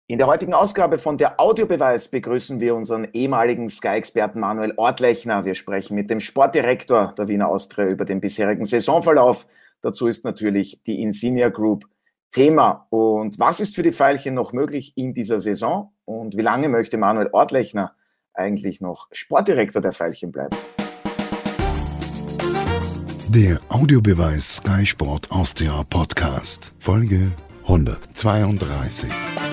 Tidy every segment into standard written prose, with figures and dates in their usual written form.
In der heutigen Ausgabe von der Audiobeweis begrüßen wir unseren ehemaligen Sky-Experten Manuel Ortlechner. Wir sprechen mit dem Sportdirektor der Wiener Austria über den bisherigen Saisonverlauf. Dazu ist natürlich die Insignia Group Thema. Und was ist für die Veilchen noch möglich in dieser Saison? Und wie lange möchte Manuel Ortlechner eigentlich noch Sportdirektor der Veilchen bleiben? Der Audiobeweis Sky Sport Austria Podcast, Folge 132.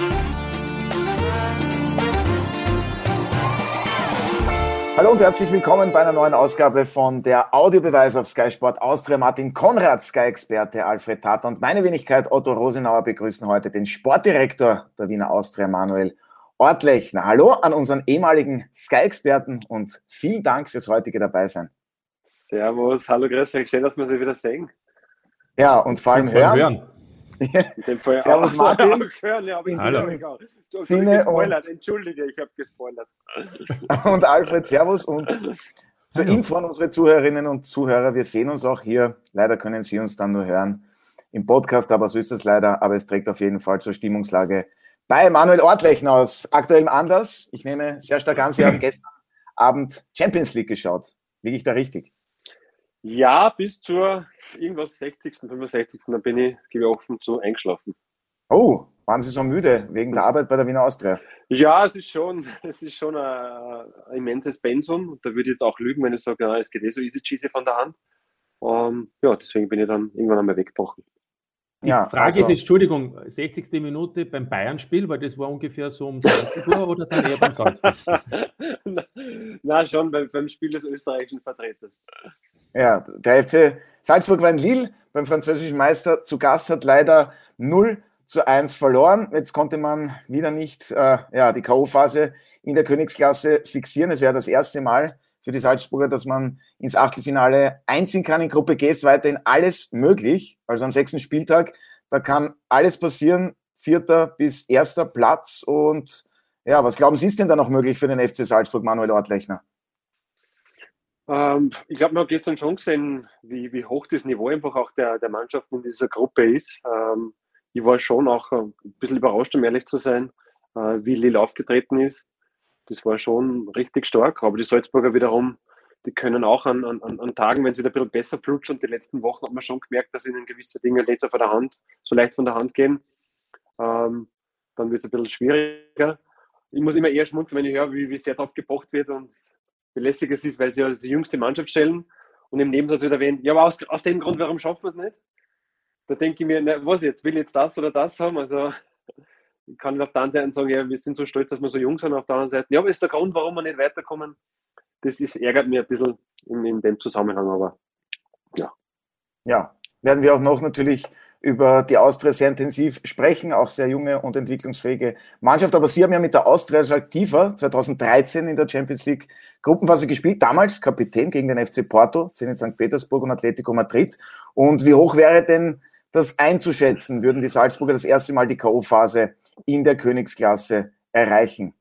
Hallo und herzlich willkommen bei einer neuen Ausgabe von der Audiobeweis auf Sky Sport Austria. Martin Konrad, Sky-Experte Alfred Tater und meine Wenigkeit Otto Rosenauer begrüßen heute den Sportdirektor der Wiener Austria, Manuel Ortlechner. Hallo an unseren ehemaligen Sky-Experten und vielen Dank fürs heutige Dabeisein. Servus, hallo, grüß euch, schön, dass wir Sie wieder sehen. Ja, und vor allem hören. In dem Fall Servus Martin. Auch hören, ja, aber ich Hallo. Entschuldige, ich habe gespoilert. Und Alfred, servus und zur Info an unsere Zuhörerinnen und Zuhörer, wir sehen uns auch hier, leider können Sie uns dann nur hören im Podcast, aber so ist es leider, aber es trägt auf jeden Fall zur Stimmungslage bei Manuel Ortlechner aus aktuellem Anlass. Ich nehme sehr stark an, Sie haben gestern Abend Champions League geschaut. Liege ich da richtig? Ja, bis zur irgendwas 60., 65. Da bin ich, das gebe ich offen zu, eingeschlafen. Oh, waren Sie so müde wegen der Arbeit bei der Wiener Austria? Ja, es ist schon ein immenses Pensum. Und da würde ich jetzt auch lügen, wenn ich sage, ja, es geht so easy cheesy von der Hand. Ja, deswegen bin ich dann irgendwann einmal weggebrochen. Die Frage ist, Entschuldigung, 60. Minute beim Bayern-Spiel, weil das war ungefähr so um 20 Uhr oder dann eher beim Salzburg? Na, schon beim Spiel des österreichischen Vertreters. Ja, der FC Salzburg war in Lille beim französischen Meister zu Gast, hat leider 0-1 verloren. Jetzt konnte man wieder nicht die K.O.-Phase in der Königsklasse fixieren. Es wäre das erste Mal für die Salzburger, dass man ins Achtelfinale einziehen kann. In Gruppe G ist weiterhin alles möglich. Also am 6. Spieltag, da kann alles passieren. 4. bis 1. Platz. Und ja, was glauben Sie, ist denn da noch möglich für den FC Salzburg, Manuel Ortlechner? Ich glaube, man hat gestern schon gesehen, wie hoch das Niveau einfach auch der Mannschaften in dieser Gruppe ist. Ich war schon auch ein bisschen überrascht, um ehrlich zu sein, wie Lille aufgetreten ist. Das war schon richtig stark. Aber die Salzburger wiederum, die können auch an Tagen, wenn es wieder ein bisschen besser flutscht, und die letzten Wochen hat man schon gemerkt, dass ihnen gewisse Dinge nicht so leicht von der Hand gehen. Dann wird es ein bisschen schwieriger. Ich muss immer eher schmunzeln, wenn ich höre, wie sehr drauf gepocht wird und wie lässig es ist, weil sie also die jüngste Mannschaft stellen und im Nebensatz wieder erwähnen, ja, aber aus dem Grund, warum schaffen wir es nicht? Da denke ich mir, was jetzt, will ich jetzt das oder das haben? Also ich kann auf der einen Seite sagen, ja, wir sind so stolz, dass wir so jung sind, auf der anderen Seite, ja, aber ist der Grund, warum wir nicht weiterkommen? Das ärgert mich ein bisschen in dem Zusammenhang, aber ja. Ja, werden wir auch noch natürlich über die Austria sehr intensiv sprechen, auch sehr junge und entwicklungsfähige Mannschaft. Aber Sie haben ja mit der Austria als Aktiver 2013 in der Champions League Gruppenphase gespielt, damals Kapitän gegen den FC Porto, Zenit St. Petersburg und Atletico Madrid. Und wie hoch wäre denn das einzuschätzen? Würden die Salzburger das erste Mal die K.O.-Phase in der Königsklasse erreichen?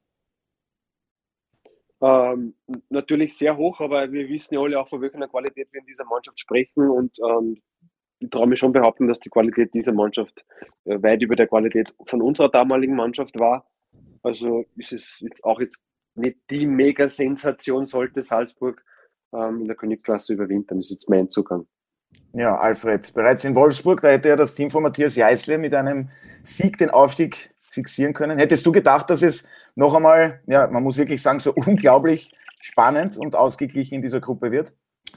Natürlich sehr hoch, aber wir wissen ja alle auch, von welcher Qualität wir in dieser Mannschaft sprechen, und ich traue mich schon behaupten, dass die Qualität dieser Mannschaft weit über der Qualität von unserer damaligen Mannschaft war. Also ist es jetzt nicht die Mega-Sensation, sollte Salzburg in der Königsklasse überwintern. Das ist jetzt mein Zugang. Ja, Alfred, bereits in Wolfsburg, da hätte ja das Team von Matthias Jeißle mit einem Sieg den Aufstieg fixieren können. Hättest du gedacht, dass es noch einmal, ja, man muss wirklich sagen, so unglaublich spannend und ausgeglichen in dieser Gruppe wird?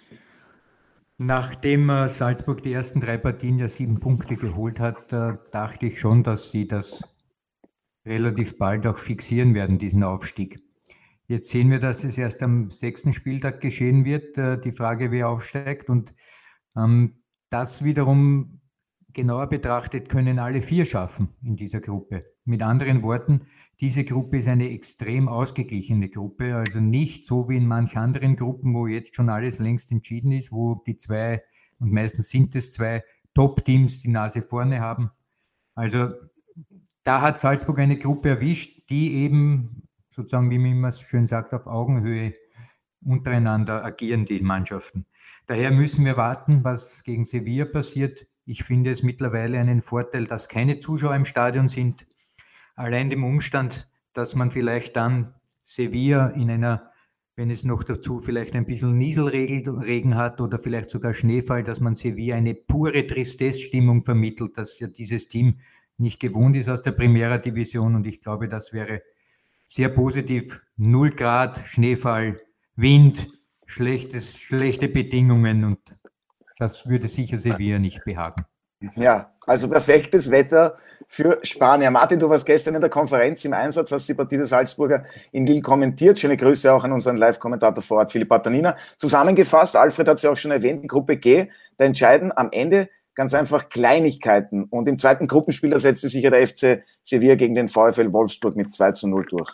Nachdem Salzburg die ersten 3 Partien ja 7 Punkte geholt hat, dachte ich schon, dass sie das relativ bald auch fixieren werden, diesen Aufstieg. Jetzt sehen wir, dass es erst am 6. Spieltag geschehen wird, die Frage, wer aufsteigt. Und das wiederum genauer betrachtet können alle 4 schaffen in dieser Gruppe. Mit anderen Worten, diese Gruppe ist eine extrem ausgeglichene Gruppe, also nicht so wie in manchen anderen Gruppen, wo jetzt schon alles längst entschieden ist, wo die 2, und meistens sind es 2 Top-Teams, die Nase vorne haben. Also da hat Salzburg eine Gruppe erwischt, die eben sozusagen, wie man immer schön sagt, auf Augenhöhe untereinander agieren, die Mannschaften. Daher müssen wir warten, was gegen Sevilla passiert. Ich finde es mittlerweile einen Vorteil, dass keine Zuschauer im Stadion sind. allein dem Umstand, dass man vielleicht dann Sevilla in einer, wenn es noch dazu vielleicht ein bisschen Nieselregen hat oder vielleicht sogar Schneefall, dass man Sevilla eine pure Tristesse-Stimmung vermittelt, dass ja dieses Team nicht gewohnt ist aus der Primera Division, und ich glaube, das wäre sehr positiv. 0 Grad, Schneefall, Wind, schlechte Bedingungen, und das würde sicher Sevilla nicht behagen. Ja, also perfektes Wetter für Spanier. Martin, du warst gestern in der Konferenz im Einsatz, hast die Partie der Salzburger in Lille kommentiert. Schöne Grüße auch an unseren Live-Kommentator vor Ort, Philipp Batanina. Zusammengefasst, Alfred hat es ja auch schon erwähnt, die Gruppe G, da entscheiden am Ende ganz einfach Kleinigkeiten. Und im zweiten Gruppenspiel, da setzte sich ja der FC Sevilla gegen den VfL Wolfsburg mit 2:0 durch.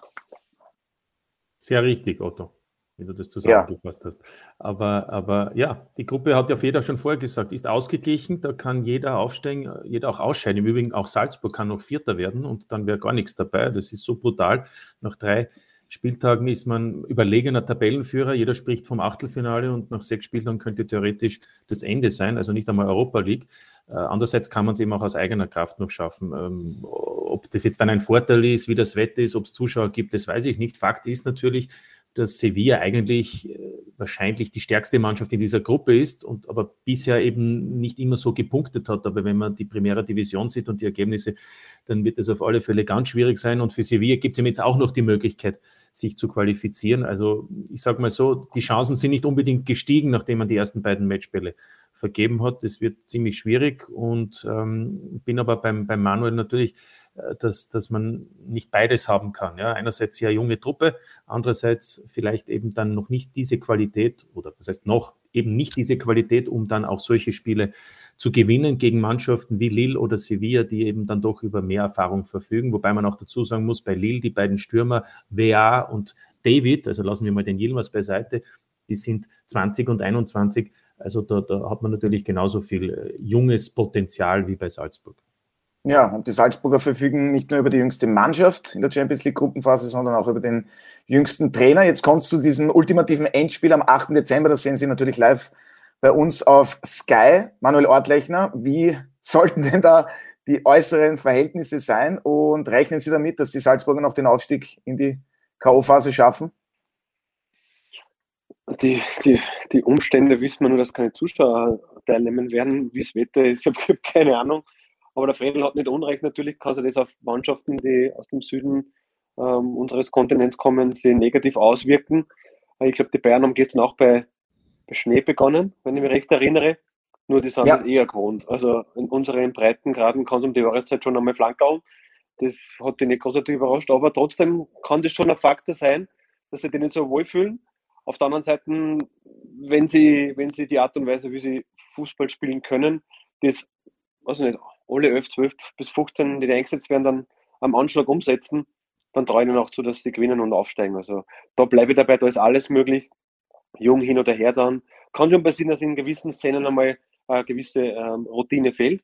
Sehr richtig, Otto, wie du das zusammengefasst hast. Aber ja, die Gruppe hat ja jeder schon vorher gesagt, ist ausgeglichen, da kann jeder aufsteigen, jeder auch ausscheiden. Im Übrigen auch Salzburg kann noch Vierter werden und dann wäre gar nichts dabei. Das ist so brutal. Nach 3 Spieltagen ist man überlegener Tabellenführer. Jeder spricht vom Achtelfinale und nach 6 Spieltagen könnte theoretisch das Ende sein, also nicht einmal Europa League. Andererseits kann man es eben auch aus eigener Kraft noch schaffen. Ob das jetzt dann ein Vorteil ist, wie das Wetter ist, ob es Zuschauer gibt, das weiß ich nicht. Fakt ist natürlich, dass Sevilla eigentlich wahrscheinlich die stärkste Mannschaft in dieser Gruppe ist und aber bisher eben nicht immer so gepunktet hat. Aber wenn man die Primera Division sieht und die Ergebnisse, dann wird es auf alle Fälle ganz schwierig sein. Und für Sevilla gibt es ihm jetzt auch noch die Möglichkeit, sich zu qualifizieren. Also ich sage mal so, die Chancen sind nicht unbedingt gestiegen, nachdem man die ersten beiden Matchbälle vergeben hat. Das wird ziemlich schwierig und bin aber beim Manuel natürlich, dass man nicht beides haben kann. Ja? Einerseits sehr junge Truppe, andererseits vielleicht eben dann noch nicht diese Qualität, oder das heißt noch eben nicht diese Qualität, um dann auch solche Spiele zu gewinnen gegen Mannschaften wie Lille oder Sevilla, die eben dann doch über mehr Erfahrung verfügen. Wobei man auch dazu sagen muss, bei Lille, die beiden Stürmer, Vea und David, also lassen wir mal den Yilmaz beiseite, die sind 20 und 21, also da hat man natürlich genauso viel junges Potenzial wie bei Salzburg. Ja, und die Salzburger verfügen nicht nur über die jüngste Mannschaft in der Champions League Gruppenphase, sondern auch über den jüngsten Trainer. Jetzt kommt es zu diesem ultimativen Endspiel am 8. Dezember. Das sehen Sie natürlich live bei uns auf Sky. Manuel Ortlechner, wie sollten denn da die äußeren Verhältnisse sein? Und rechnen Sie damit, dass die Salzburger noch den Aufstieg in die K.O.-Phase schaffen? Die Umstände wissen wir nur, dass keine Zuschauer teilnehmen werden. Wie das Wetter ist, ich habe keine Ahnung. Aber der Fredl hat nicht Unrecht, natürlich kann sich das auf Mannschaften, die aus dem Süden unseres Kontinents kommen, sehr negativ auswirken. Ich glaube, die Bayern haben gestern auch bei Schnee begonnen, wenn ich mich recht erinnere. Nur die sind das eher gewohnt. Also in unseren Breitengraden kann es um die Jahreszeit schon einmal flankerl. Das hat die nicht großartig überrascht, aber trotzdem kann das schon ein Faktor sein, dass sie die nicht so wohlfühlen. Auf der anderen Seite, wenn sie die Art und Weise, wie sie Fußball spielen können, das, also nicht, alle 11, 12 bis 15, die eingesetzt werden, dann am Anschlag umsetzen, dann traue ich ihnen auch zu, dass sie gewinnen und aufsteigen. Also da bleibe ich dabei, da ist alles möglich. Jung hin oder her dann. Kann schon passieren, dass in gewissen Szenen einmal eine gewisse Routine fehlt.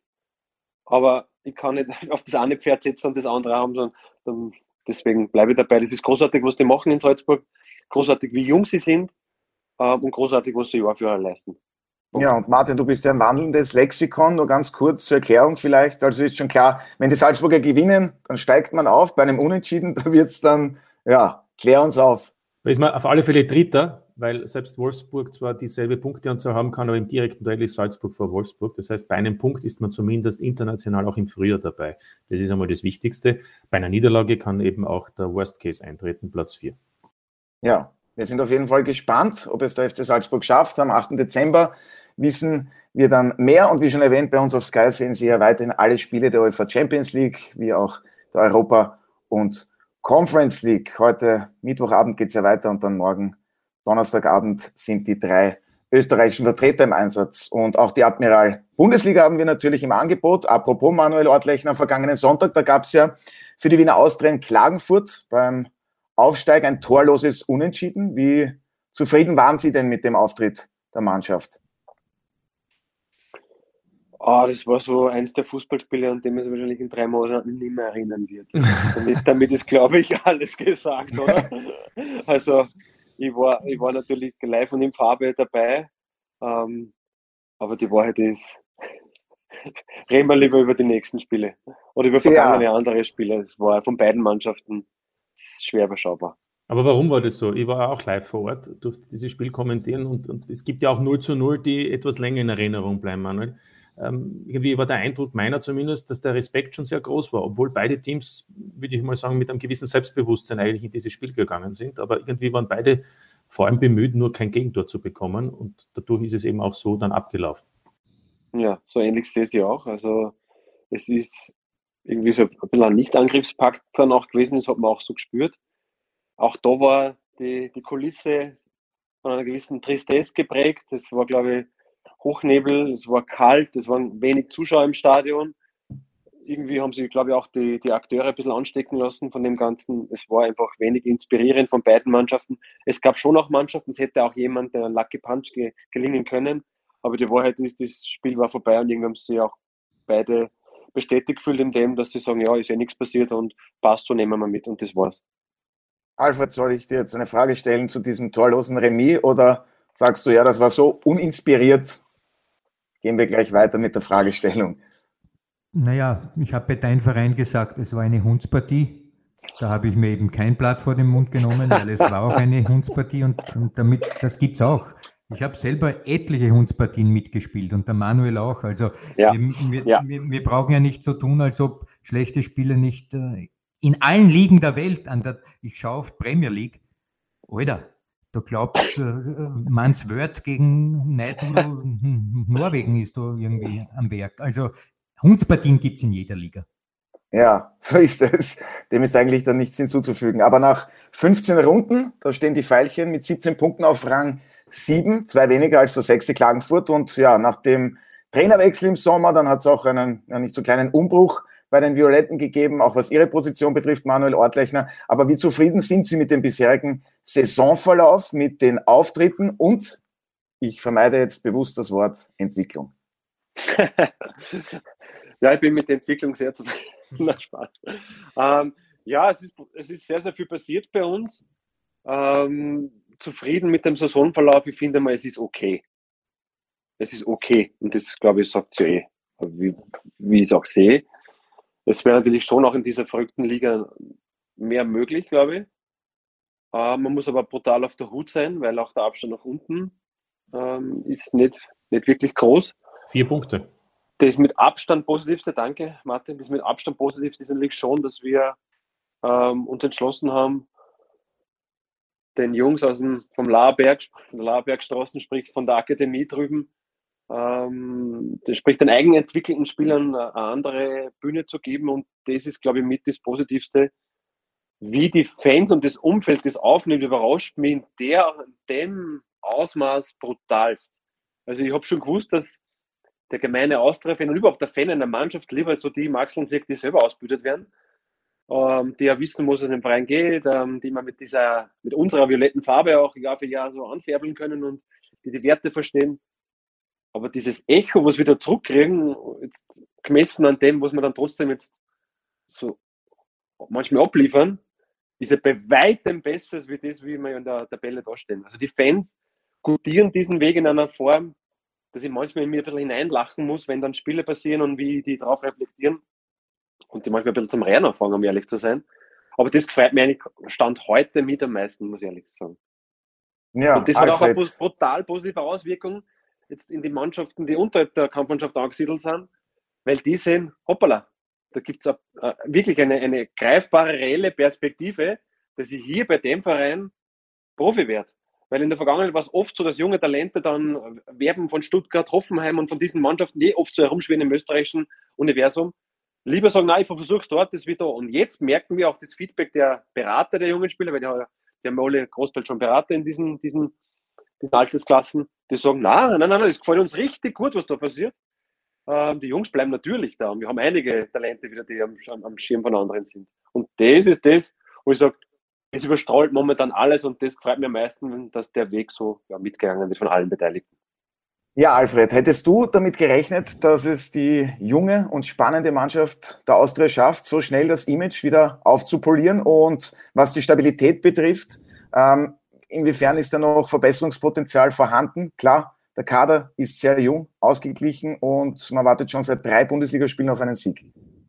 Aber ich kann nicht auf das eine Pferd setzen und das andere haben, sondern deswegen bleibe ich dabei. Das ist großartig, was die machen in Salzburg. Großartig, wie jung sie sind und großartig, was sie Jahr für Jahr leisten. Ja, und Martin, du bist ja ein wandelndes Lexikon, nur ganz kurz zur Erklärung vielleicht. Also ist schon klar, wenn die Salzburger gewinnen, dann steigt man auf. Bei einem Unentschieden, da wird es dann, ja, klär uns auf. Da ist man auf alle Fälle Dritter, weil selbst Wolfsburg zwar dieselbe Punkteanzahl haben kann, aber im direkten Duell ist Salzburg vor Wolfsburg. Das heißt, bei einem Punkt ist man zumindest international auch im Frühjahr dabei. Das ist einmal das Wichtigste. Bei einer Niederlage kann eben auch der Worst Case eintreten, Platz 4. Ja, wir sind auf jeden Fall gespannt, ob es der FC Salzburg schafft. Am 8. Dezember wissen wir dann mehr. Und wie schon erwähnt, bei uns auf Sky sehen Sie ja weiterhin alle Spiele der UEFA Champions League, wie auch der Europa- und Conference League. Heute Mittwochabend geht es ja weiter und dann morgen Donnerstagabend sind die 3 österreichischen Vertreter im Einsatz. Und auch die Admiral Bundesliga haben wir natürlich im Angebot. Apropos Manuel Ortlechner, am vergangenen Sonntag, da gab es ja für die Wiener Austria in Klagenfurt beim Aufstieg ein torloses Unentschieden. Wie zufrieden waren Sie denn mit dem Auftritt der Mannschaft? Das war so eins der Fußballspiele, an dem man sich wahrscheinlich in 3 Monaten nicht mehr erinnern wird. damit ist, glaube ich, alles gesagt, oder? Also, ich war natürlich live und in Farbe dabei, aber die Wahrheit ist, reden wir lieber über die nächsten Spiele oder über vergangene andere Spiele. Es war von beiden Mannschaften schwer überschaubar. Aber warum war das so? Ich war auch live vor Ort, durfte dieses Spiel kommentieren und es gibt ja auch 0:0, die etwas länger in Erinnerung bleiben, Manuel. Irgendwie war der Eindruck meiner zumindest, dass der Respekt schon sehr groß war, obwohl beide Teams, würde ich mal sagen, mit einem gewissen Selbstbewusstsein eigentlich in dieses Spiel gegangen sind. Aber irgendwie waren beide vor allem bemüht, nur kein Gegentor zu bekommen und dadurch ist es eben auch so dann abgelaufen. Ja, so ähnlich sehe ich sie auch. Also es ist irgendwie so ein bisschen ein Nicht-Angriffspakt dann auch gewesen, das hat man auch so gespürt. Auch da war die Kulisse von einer gewissen Tristesse geprägt. Es war, glaube ich, Hochnebel, es war kalt, es waren wenig Zuschauer im Stadion. Irgendwie haben sie, glaube ich, auch die Akteure ein bisschen anstecken lassen von dem Ganzen. Es war einfach wenig inspirierend von beiden Mannschaften. Es gab schon auch Mannschaften, es hätte auch jemand einen Lucky Punch gelingen können. Aber die Wahrheit ist, das Spiel war vorbei und irgendwie haben sie auch beide bestätigt gefühlt in dem, dass sie sagen, ja, ist ja nichts passiert und passt, so nehmen wir mit und das war's. Alfred, soll ich dir jetzt eine Frage stellen zu diesem torlosen Remis oder sagst du, ja, das war so uninspiriert? Gehen wir gleich weiter mit der Fragestellung. Naja, ich habe bei deinem Verein gesagt, es war eine Hundspartie. Da habe ich mir eben kein Blatt vor den Mund genommen, weil es war auch eine Hundspartie und damit, das gibt es auch. Ich habe selber etliche Hundspartien mitgespielt und der Manuel auch. Also ja. Wir brauchen ja nicht so tun, als ob schlechte Spiele nicht in allen Ligen der Welt, ich schaue auf Premier League, Alter, du glaubst, Manswörth gegen Neidl Norwegen ist da irgendwie am Werk. Also Hundspartien gibt es in jeder Liga. Ja, so ist es. Dem ist eigentlich dann nichts hinzuzufügen. Aber nach 15 Runden, da stehen die Veilchen mit 17 Punkten auf Rang 7, 2 weniger als der 6. Klagenfurt. Und ja, nach dem Trainerwechsel im Sommer, dann hat es auch einen nicht so kleinen Umbruch bei den Violetten gegeben, auch was ihre Position betrifft, Manuel Ortlechner. Aber wie zufrieden sind Sie mit dem bisherigen Saisonverlauf, mit den Auftritten und, ich vermeide jetzt bewusst das Wort, Entwicklung? Ja, ich bin mit der Entwicklung sehr zufrieden. Na, Spaß. Ja, es ist sehr, sehr viel passiert bei uns. Zufrieden mit dem Saisonverlauf, ich finde mal, es ist okay. Es ist okay. Und das, glaube ich, sagt sie wie ich es auch sehe. Es wäre natürlich schon auch in dieser verrückten Liga mehr möglich, glaube ich. Man muss aber brutal auf der Hut sein, weil auch der Abstand nach unten ist nicht wirklich groß. 4 Punkte. Das mit Abstand positivste, danke Martin, das mit Abstand positivste ist natürlich schon, dass wir uns entschlossen haben, den Jungs vom Laarberg, von der Laarbergstraßen, sprich von der Akademie drüben, sprich den eigenentwickelten Spielern eine andere Bühne zu geben und das ist, glaube ich, mit das Positivste. Wie die Fans und das Umfeld das aufnimmt, überrascht mich in dem Ausmaß brutalst. Also ich habe schon gewusst, dass der gemeine Austria-Fan und überhaupt der Fan einer Mannschaft lieber so die Maxeln sieht, die selber ausgebildet werden, die ja wissen, wo es in den Verein geht, die man mit unserer violetten Farbe auch Jahr für Jahr so anfärben können und die Werte verstehen. Aber dieses Echo, was wir da zurückkriegen, jetzt gemessen an dem, was wir dann trotzdem jetzt so manchmal abliefern, ist ja bei weitem besser als das, wie wir in der Tabelle dastehen. Also die Fans gutieren diesen Weg in einer Form, dass ich manchmal in mir ein bisschen hineinlachen muss, wenn dann Spiele passieren und wie die darauf reflektieren und die manchmal ein bisschen zum Rehren anfangen, um ehrlich zu sein. Aber das gefällt mir eigentlich Stand heute mit am meisten, muss ich ehrlich sagen. Ja, und das hat auch eine brutal positive Auswirkung jetzt in die Mannschaften, die unterhalb der Kampfmannschaft angesiedelt sind, weil die sehen, hoppala, da gibt es wirklich eine greifbare, reelle Perspektive, dass ich hier bei dem Verein Profi werde. Weil in der Vergangenheit war es oft so, dass junge Talente dann Werben von Stuttgart, Hoffenheim und von diesen Mannschaften, die oft so herumschwirren im österreichischen Universum, lieber sagen, nein, ich versuche es dort, das wird da. Und jetzt merken wir auch das Feedback der Berater der jungen Spieler, weil die haben alle Großteil schon Berater in diesen Altersklassen, die sagen, nein, das gefällt uns richtig gut, was da passiert. Die Jungs bleiben natürlich da und wir haben einige Talente wieder, die am Schirm von anderen sind. Und das ist das, wo ich sage, es überstrahlt momentan alles und das freut mich am meisten, dass der Weg so mitgegangen wird von allen Beteiligten. Ja, Alfred, hättest du damit gerechnet, dass es die junge und spannende Mannschaft der Austria schafft, so schnell das Image wieder aufzupolieren? Und was die Stabilität betrifft, inwiefern ist da noch Verbesserungspotenzial vorhanden? Klar, Der Kader ist sehr jung, ausgeglichen und man wartet schon seit 3 Bundesligaspielen auf einen Sieg.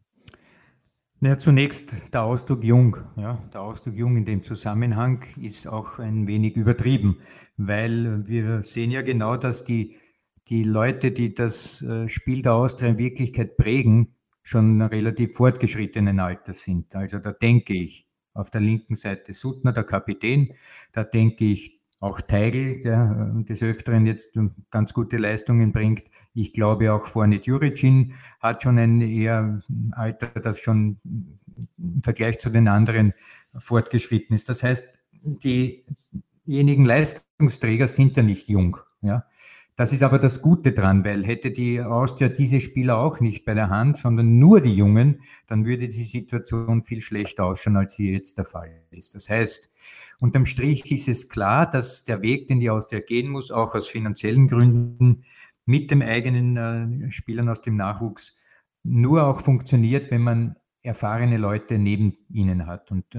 Ja, zunächst der Ausdruck jung. Ja, der Ausdruck jung in dem Zusammenhang ist auch ein wenig übertrieben, weil wir sehen ja genau, dass die Leute, die das Spiel der Austria in Wirklichkeit prägen, schon relativ fortgeschrittenen Alters sind. Also da denke ich auf der linken Seite Suttner, der Kapitän, da denke ich auch Teigl, der des Öfteren jetzt ganz gute Leistungen bringt. Ich glaube auch vorne Djuricin hat schon ein eher Alter, das schon im Vergleich zu den anderen fortgeschritten ist. Das heißt, diejenigen Leistungsträger sind ja nicht jung. Ja? Das ist aber das Gute dran, weil hätte die Austria diese Spieler auch nicht bei der Hand, sondern nur die Jungen, dann würde die Situation viel schlechter ausschauen, als sie jetzt der Fall ist. Das heißt, unterm Strich ist es klar, dass der Weg, den die Austria gehen muss, auch aus finanziellen Gründen mit den eigenen Spielern aus dem Nachwuchs, nur auch funktioniert, wenn man erfahrene Leute neben ihnen hat. Und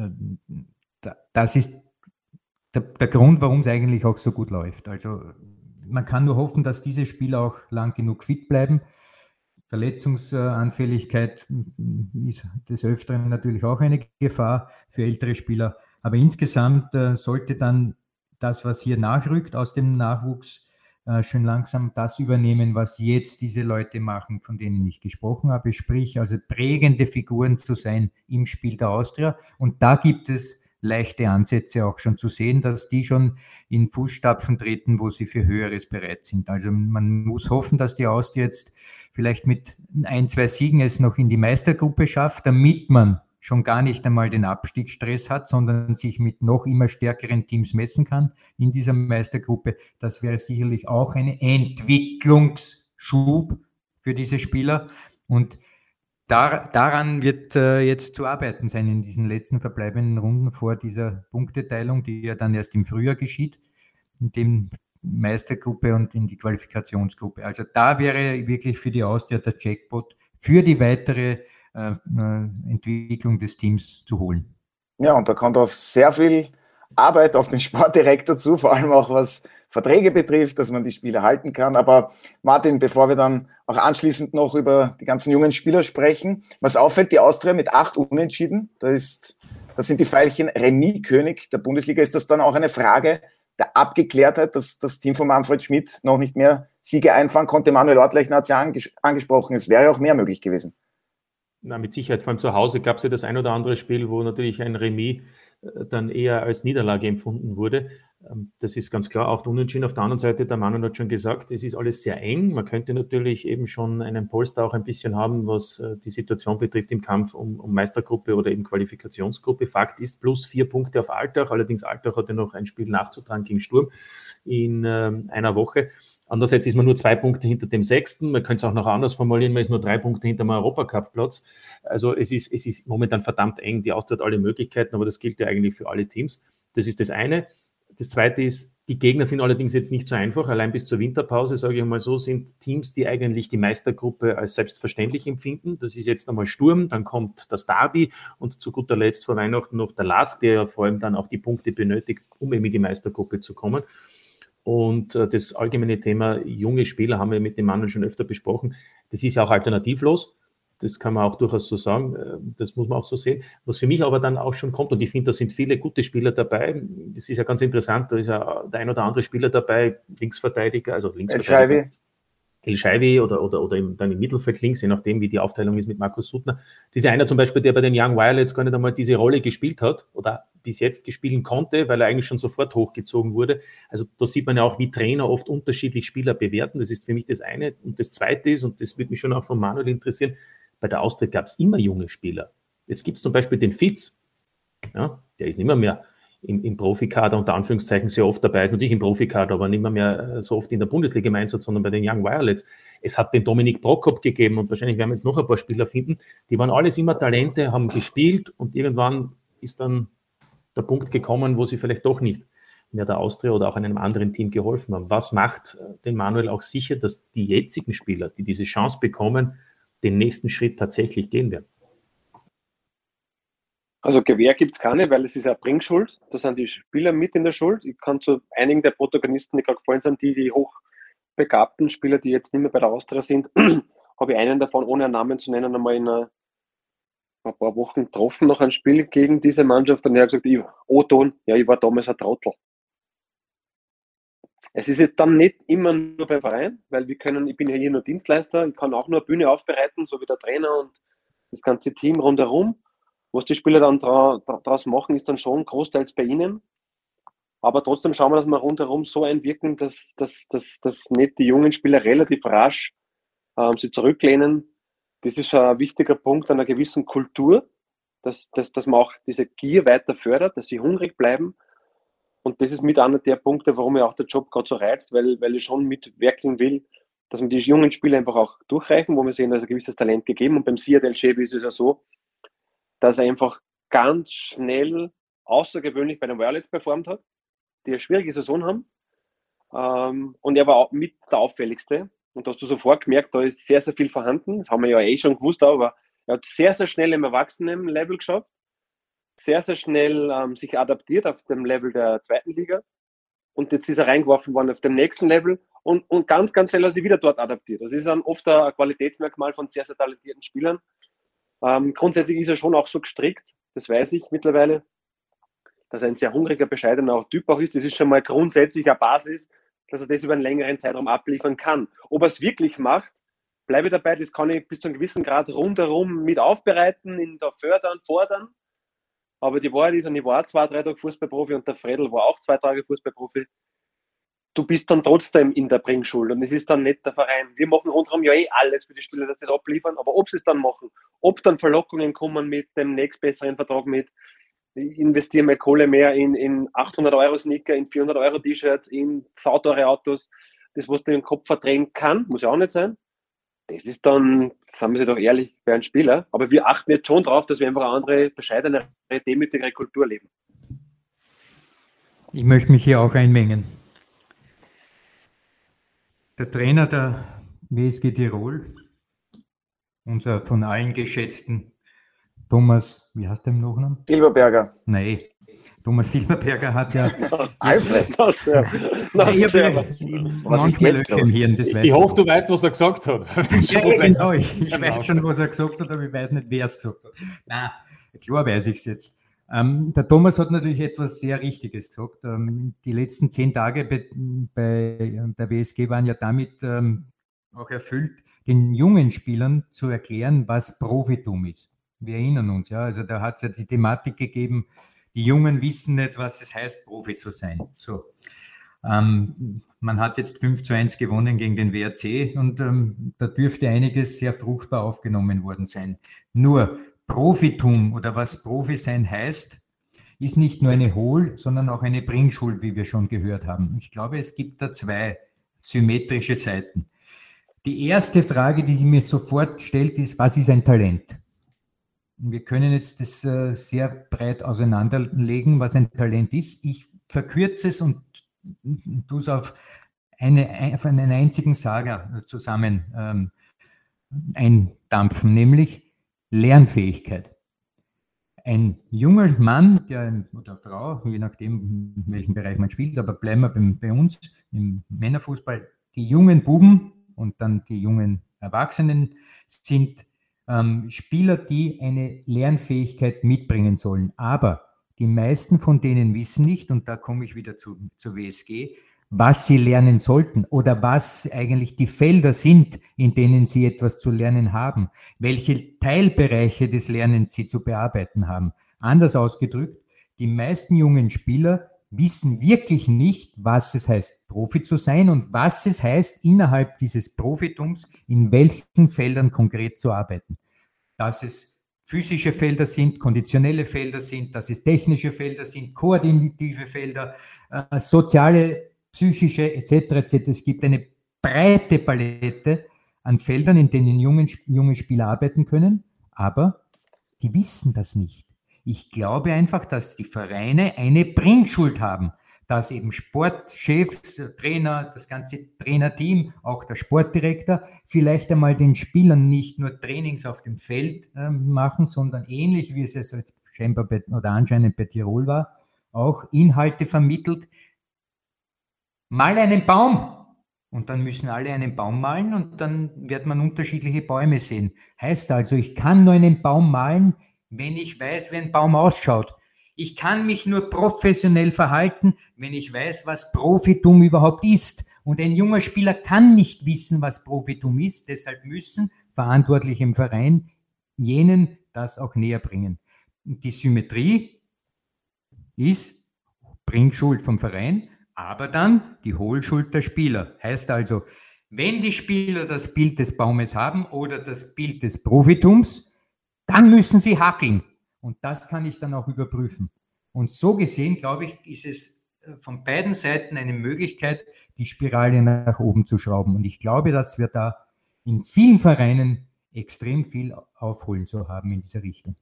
das ist der Grund, warum es eigentlich auch so gut läuft. Also man kann nur hoffen, dass diese Spieler auch lang genug fit bleiben. Verletzungsanfälligkeit ist des Öfteren natürlich auch eine Gefahr für ältere Spieler. Aber insgesamt sollte dann das, was hier nachrückt aus dem Nachwuchs, schön langsam das übernehmen, was jetzt diese Leute machen, von denen ich gesprochen habe. Sprich, also prägende Figuren zu sein im Spiel der Austria. Und da gibt es leichte Ansätze auch schon zu sehen, dass die schon in Fußstapfen treten, wo sie für Höheres bereit sind. Also man muss hoffen, dass die Austria jetzt vielleicht mit 1, 2 Siegen es noch in die Meistergruppe schafft, damit man schon gar nicht einmal den Abstiegsstress hat, sondern sich mit noch immer stärkeren Teams messen kann in dieser Meistergruppe. Das wäre sicherlich auch ein Entwicklungsschub für diese Spieler. Und daran wird jetzt zu arbeiten sein in diesen letzten verbleibenden Runden vor dieser Punkteteilung, die ja dann erst im Frühjahr geschieht, in dem Meistergruppe und in die Qualifikationsgruppe. Also da wäre wirklich für die Austria der Jackpot für die weitere Entwicklung des Teams zu holen. Ja, und da kommt auf sehr viel Arbeit auf den Sportdirektor zu, vor allem auch was Verträge betrifft, dass man die Spieler halten kann. Aber Martin, bevor wir dann auch anschließend noch über die ganzen jungen Spieler sprechen, was auffällt, die Austria mit 8 Unentschieden, das sind die Veilchen Remis-König der Bundesliga. Ist das dann auch eine Frage der Abgeklärtheit, dass das Team von Manfred Schmidt noch nicht mehr Siege einfahren konnte? Manuel Ortlechner hat es ja angesprochen, es wäre auch mehr möglich gewesen. Na, mit Sicherheit, vor allem zu Hause gab es ja das ein oder andere Spiel, wo natürlich ein Remis dann eher als Niederlage empfunden wurde. Das ist ganz klar auch Unentschieden. Auf der anderen Seite, der Manuel hat schon gesagt, es ist alles sehr eng. Man könnte natürlich eben schon einen Polster auch ein bisschen haben, was die Situation betrifft im Kampf um Meistergruppe oder eben Qualifikationsgruppe. Fakt ist, plus 4 Punkte auf Altach. Allerdings Altach hatte noch ein Spiel nachzutragen gegen Sturm in einer Woche. Andererseits ist man nur 2 Punkte hinter dem 6. Man könnte es auch noch anders formulieren, man ist nur 3 Punkte hinter dem Europacup-Platz. Also es ist momentan verdammt eng. Die Austria hat alle Möglichkeiten, aber das gilt ja eigentlich für alle Teams. Das ist das eine. Das zweite ist, die Gegner sind allerdings jetzt nicht so einfach. Allein bis zur Winterpause, sage ich mal so, sind Teams, die eigentlich die Meistergruppe als selbstverständlich empfinden. Das ist jetzt einmal Sturm, dann kommt das Derby und zu guter Letzt vor Weihnachten noch der LASK, der ja vor allem dann auch die Punkte benötigt, um eben in die Meistergruppe zu kommen. Und das allgemeine Thema junge Spieler haben wir mit dem Manuel schon öfter besprochen. Das ist ja auch alternativlos. Das kann man auch durchaus so sagen. Das muss man auch so sehen. Was für mich aber dann auch schon kommt, und ich finde, da sind viele gute Spieler dabei. Das ist ja ganz interessant. Da ist ja der ein oder andere Spieler dabei, Linksverteidiger, also Linksverteidiger. El Shaiwi oder dann im Mittelfeld links, je nachdem, wie die Aufteilung ist mit Markus Suttner. Das ist einer zum Beispiel, der bei den Young Violets gar nicht einmal diese Rolle gespielt hat oder bis jetzt gespielen konnte, weil er eigentlich schon sofort hochgezogen wurde. Also da sieht man ja auch, wie Trainer oft unterschiedlich Spieler bewerten. Das ist für mich das eine. Und das zweite ist, und das würde mich schon auch von Manuel interessieren, bei der Austria gab es immer junge Spieler. Jetzt gibt es zum Beispiel den Fitz. Ja, der ist nicht mehr im Profikader, unter Anführungszeichen, sehr oft dabei, ist natürlich im Profikader, aber nicht mehr so oft in der Bundesliga im Einsatz, sondern bei den Young Violets. Es hat den Dominik Prokop gegeben und wahrscheinlich werden wir jetzt noch ein paar Spieler finden. Die waren alles immer Talente, haben gespielt und irgendwann ist dann der Punkt gekommen, wo sie vielleicht doch nicht mehr der Austria oder auch einem anderen Team geholfen haben. Was macht den Manuel auch sicher, dass die jetzigen Spieler, die diese Chance bekommen, den nächsten Schritt tatsächlich gehen werden? Also Gewähr gibt es keine, weil es ist eine Bringschuld. Da sind die Spieler mit in der Schuld. Ich kann zu einigen der Protagonisten, die gerade gefallen sind, die hoch hochbegabten Spieler, die jetzt nicht mehr bei der Austria sind, habe ich einen davon, ohne einen Namen zu nennen, einmal in ein paar Wochen getroffen nach einem Spiel gegen diese Mannschaft und er hat gesagt, ich war damals ein Trottel. Es ist jetzt dann nicht immer nur beim Verein, weil ich bin ja hier nur Dienstleister, ich kann auch nur eine Bühne aufbereiten, so wie der Trainer und das ganze Team rundherum. Was die Spieler dann daraus machen, ist dann schon großteils bei ihnen. Aber trotzdem schauen wir, dass wir rundherum so einwirken, dass nicht die jungen Spieler relativ rasch sich zurücklehnen. Das ist ein wichtiger Punkt einer gewissen Kultur, dass man auch diese Gier weiter fördert, dass sie hungrig bleiben. Und das ist mit einer der Punkte, warum mir auch der Job gerade so reizt, weil ich schon mitwirken will, dass wir die jungen Spieler einfach auch durchreichen, wo wir sehen, da ist ein gewisses Talent gegeben. Und beim Siad El Shaibi ist es ja so, dass er einfach ganz schnell außergewöhnlich bei den Violets performt hat, die eine schwierige Saison haben. Und er war auch mit der auffälligste. Und da hast du sofort gemerkt, da ist sehr, sehr viel vorhanden. Das haben wir ja schon gewusst, aber er hat sehr, sehr schnell im Erwachsenen-Level geschafft. Sehr, sehr schnell sich adaptiert auf dem Level der zweiten Liga. Und jetzt ist er reingeworfen worden auf dem nächsten Level und ganz, ganz schnell hat er sich wieder dort adaptiert. Das ist dann oft ein Qualitätsmerkmal von sehr, sehr talentierten Spielern. Grundsätzlich ist er schon auch so gestrickt, das weiß ich mittlerweile, dass er ein sehr hungriger, bescheidener Typ auch ist. Das ist schon mal grundsätzlich eine Basis, dass er das über einen längeren Zeitraum abliefern kann. Ob er es wirklich macht, bleibe dabei, das kann ich bis zu einem gewissen Grad rundherum mit aufbereiten, in der Fördern, Fordern. Aber die Wahrheit ist, und ich war 2-3 Tage Fußballprofi und der Fredl war auch 2 Tage Fußballprofi. Du bist dann trotzdem in der Bringschule und es ist dann nicht der Verein. Wir machen rundherum ja alles für die Spieler, dass sie das abliefern, aber ob sie es dann machen, ob dann Verlockungen kommen mit dem nächstbesseren Vertrag mit, ich investiere mehr Kohle mehr in 800 Euro Sneaker, in 400 Euro T-Shirts, in sauteure Autos, das, was du im Kopf verdrängen kann, muss ja auch nicht sein. Das ist dann, sagen wir sie doch ehrlich, bei einem Spieler. Aber wir achten jetzt schon darauf, dass wir einfach eine andere, bescheidenere, demütigere Kultur leben. Ich möchte mich hier auch einmengen. Der Trainer der WSG Tirol, unser von allen geschätzten Thomas, wie heißt der im Nachnamen? Silberberger. Nein, Thomas Silberberger hat ja... Alfred. Manchmal Löcher im Hirn, das weiß ich hoffe, du weißt, was er gesagt hat. Ja, genau, ich weiß schon, was er gesagt hat, aber ich weiß nicht, wer es gesagt hat. Nein, klar weiß ich es jetzt. Der Thomas hat natürlich etwas sehr Richtiges gesagt. Die letzten 10 Tage bei der WSG waren ja damit auch erfüllt, den jungen Spielern zu erklären, was Profitum ist. Wir erinnern uns, ja, also da hat es ja die Thematik gegeben, die Jungen wissen nicht, was es heißt, Profi zu sein. So. Man hat jetzt 5-1 gewonnen gegen den WRC und da dürfte einiges sehr fruchtbar aufgenommen worden sein. Nur Profitum oder was Profi sein heißt, ist nicht nur eine Hohl-, sondern auch eine Bringschuld, wie wir schon gehört haben. Ich glaube, es gibt da 2 symmetrische Seiten. Die erste Frage, die sich mir sofort stellt, ist, was ist ein Talent? Wir können jetzt das sehr breit auseinanderlegen, was ein Talent ist. Ich verkürze es und tue es auf einen einzigen Sager zusammen eindampfen, nämlich Lernfähigkeit. Ein junger Mann oder Frau, je nachdem, in welchem Bereich man spielt, aber bleiben wir bei uns im Männerfußball, die jungen Buben und dann die jungen Erwachsenen sind Spieler, die eine Lernfähigkeit mitbringen sollen. Aber die meisten von denen wissen nicht, und da komme ich wieder zur WSG, was sie lernen sollten oder was eigentlich die Felder sind, in denen sie etwas zu lernen haben, welche Teilbereiche des Lernens sie zu bearbeiten haben. Anders ausgedrückt, die meisten jungen Spieler wissen wirklich nicht, was es heißt, Profi zu sein und was es heißt, innerhalb dieses Profitums in welchen Feldern konkret zu arbeiten. Dass es physische Felder sind, konditionelle Felder sind, dass es technische Felder sind, koordinative Felder, soziale, psychische etc. etc. Es gibt eine breite Palette an Feldern, in denen junge Spieler arbeiten können, aber die wissen das nicht. Ich glaube einfach, dass die Vereine eine Bringschuld haben, dass eben Sportchefs, Trainer, das ganze Trainerteam, auch der Sportdirektor, vielleicht einmal den Spielern nicht nur Trainings auf dem Feld machen, sondern ähnlich wie es scheinbar oder anscheinend bei Tirol war, auch Inhalte vermittelt. Mal einen Baum, Und dann müssen alle einen Baum malen und dann wird man unterschiedliche Bäume sehen. Heißt also, ich kann nur einen Baum malen, wenn ich weiß, wie ein Baum ausschaut. Ich kann mich nur professionell verhalten, wenn ich weiß, was Profitum überhaupt ist. Und ein junger Spieler kann nicht wissen, was Profitum ist. Deshalb müssen Verantwortliche im Verein jenen das auch näher bringen. Und die Symmetrie ist Bringschuld vom Verein, aber dann die Hohlschuld der Spieler. Heißt also, wenn die Spieler das Bild des Baumes haben oder das Bild des Profitums, dann müssen sie hackeln. Und das kann ich dann auch überprüfen. Und so gesehen, glaube ich, ist es von beiden Seiten eine Möglichkeit, die Spirale nach oben zu schrauben. Und ich glaube, dass wir da in vielen Vereinen extrem viel aufholen zu haben in dieser Richtung.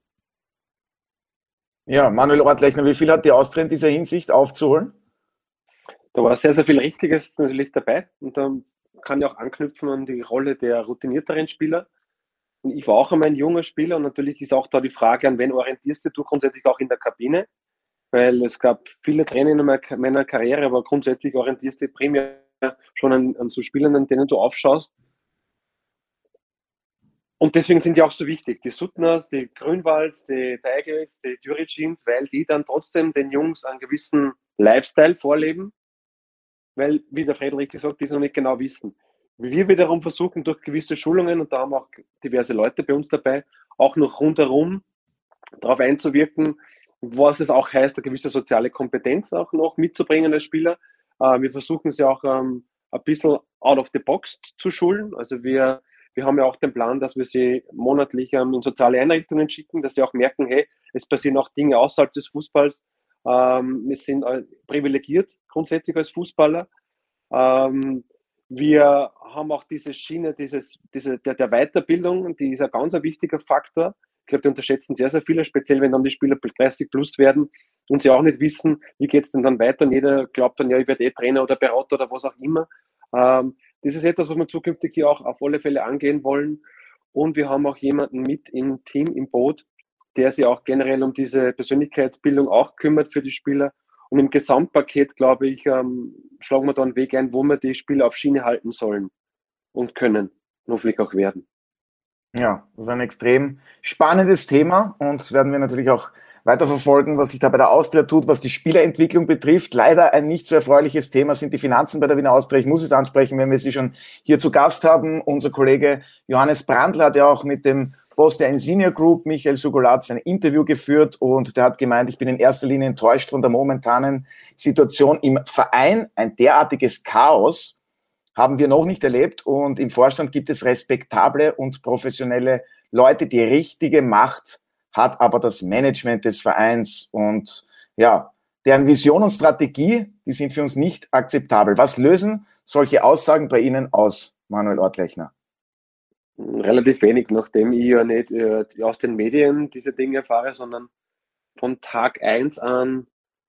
Ja, Manuel Ortlechner, wie viel hat die Austria in dieser Hinsicht aufzuholen? Da war sehr, sehr viel Richtiges natürlich dabei. Und dann kann ich auch anknüpfen an die Rolle der routinierteren Spieler. Und ich war auch einmal ein junger Spieler und natürlich ist auch da die Frage, an wen orientierst du grundsätzlich auch in der Kabine? Weil es gab viele Trainer in meiner Karriere, aber grundsätzlich orientierst du primär schon an so Spielern, an denen du aufschaust. Und deswegen sind die auch so wichtig. Die Suttners, die Grünwalds, die Teigels, die Djuricins, weil die dann trotzdem den Jungs einen gewissen Lifestyle vorleben, weil, wie der Fred richtig sagt, die es noch nicht genau wissen. Wir wiederum versuchen durch gewisse Schulungen, und da haben auch diverse Leute bei uns dabei, auch noch rundherum darauf einzuwirken, was es auch heißt, eine gewisse soziale Kompetenz auch noch mitzubringen als Spieler. Wir versuchen sie auch ein bisschen out of the box zu schulen. Also wir haben ja auch den Plan, dass wir sie monatlich in soziale Einrichtungen schicken, dass sie auch merken, hey, es passieren auch Dinge außerhalb des Fußballs. Wir sind privilegiert grundsätzlich als Fußballer. Wir haben auch diese Schiene der Weiterbildung, die ist ein ganz wichtiger Faktor. Ich glaube, die unterschätzen sehr, sehr viele, speziell wenn dann die Spieler 30 plus werden und sie auch nicht wissen, wie geht es denn dann weiter. Und jeder glaubt dann, ja, ich werde Trainer oder Berater oder was auch immer. Das ist etwas, was wir zukünftig hier auch auf alle Fälle angehen wollen. Und wir haben auch jemanden mit im Team, im Boot, der sich auch generell um diese Persönlichkeitsbildung auch kümmert für die Spieler. Und im Gesamtpaket, glaube ich, schlagen wir da einen Weg ein, wo wir die Spieler auf Schiene halten sollen und können, und hoffentlich auch werden. Ja, das ist ein extrem spannendes Thema und werden wir natürlich auch weiterverfolgen, was sich da bei der Austria tut, was die Spielerentwicklung betrifft. Leider ein nicht so erfreuliches Thema sind die Finanzen bei der Wiener Austria. Ich muss es ansprechen, wenn wir sie schon hier zu Gast haben. Unser Kollege Johannes Brandl hat ja auch mit dem Boss der Insignia Group, Michael Sugolatz, ein Interview geführt und der hat gemeint, ich bin in erster Linie enttäuscht von der momentanen Situation im Verein. Ein derartiges Chaos haben wir noch nicht erlebt und im Vorstand gibt es respektable und professionelle Leute. Die richtige Macht hat aber das Management des Vereins und ja, deren Vision und Strategie, die sind für uns nicht akzeptabel. Was lösen solche Aussagen bei Ihnen aus, Manuel Ortlechner? Relativ wenig, nachdem ich ja nicht aus den Medien diese Dinge erfahre, sondern von Tag 1 an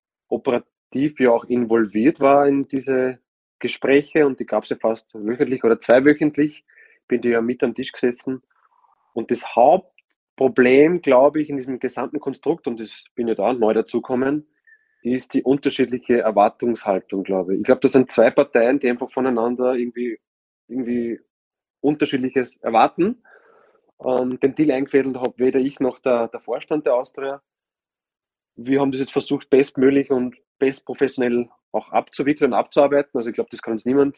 operativ ja auch involviert war in diese Gespräche und die gab es ja fast wöchentlich oder zweiwöchentlich. Bin ja mit am Tisch gesessen und das Hauptproblem, glaube ich, in diesem gesamten Konstrukt, und das bin ja da neu dazugekommen, ist die unterschiedliche Erwartungshaltung, glaube ich. Ich glaube, das sind zwei Parteien, die einfach voneinander irgendwie Unterschiedliches erwarten. Den Deal eingefädelt habe weder ich noch der Vorstand der Austria. Wir haben das jetzt versucht, bestmöglich und bestprofessionell auch abzuwickeln und abzuarbeiten. Also ich glaube, das kann uns niemand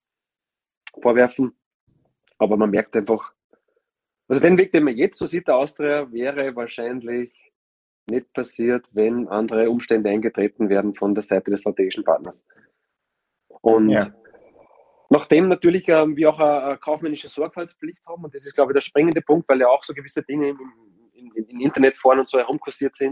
vorwerfen. Aber man merkt einfach, also den Weg, den man jetzt so sieht, der Austria, wäre wahrscheinlich nicht passiert, wenn andere Umstände eingetreten wären von der Seite des strategischen Partners. Und ja. Nachdem natürlich wir auch eine kaufmännische Sorgfaltspflicht haben, und das ist, glaube ich, der springende Punkt, weil ja auch so gewisse Dinge im Internetforen und so herumkursiert sind.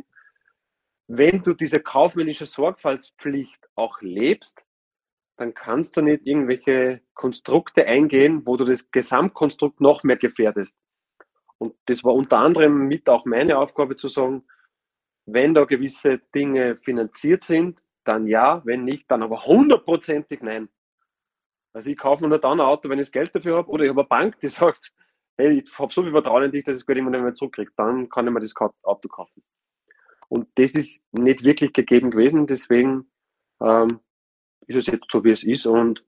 Wenn du diese kaufmännische Sorgfaltspflicht auch lebst, dann kannst du nicht irgendwelche Konstrukte eingehen, wo du das Gesamtkonstrukt noch mehr gefährdest. Und das war unter anderem mit auch meine Aufgabe zu sagen, wenn da gewisse Dinge finanziert sind, dann ja, wenn nicht, dann aber 100%ig nein. Also ich kaufe mir nur dann ein Auto, wenn ich das Geld dafür habe, oder ich habe eine Bank, die sagt, hey, ich habe so viel Vertrauen in dich, dass ich das Geld immer nicht mehr zurückkriege, dann kann ich mir das Auto kaufen. Und das ist nicht wirklich gegeben gewesen, deswegen ist es jetzt so, wie es ist. Und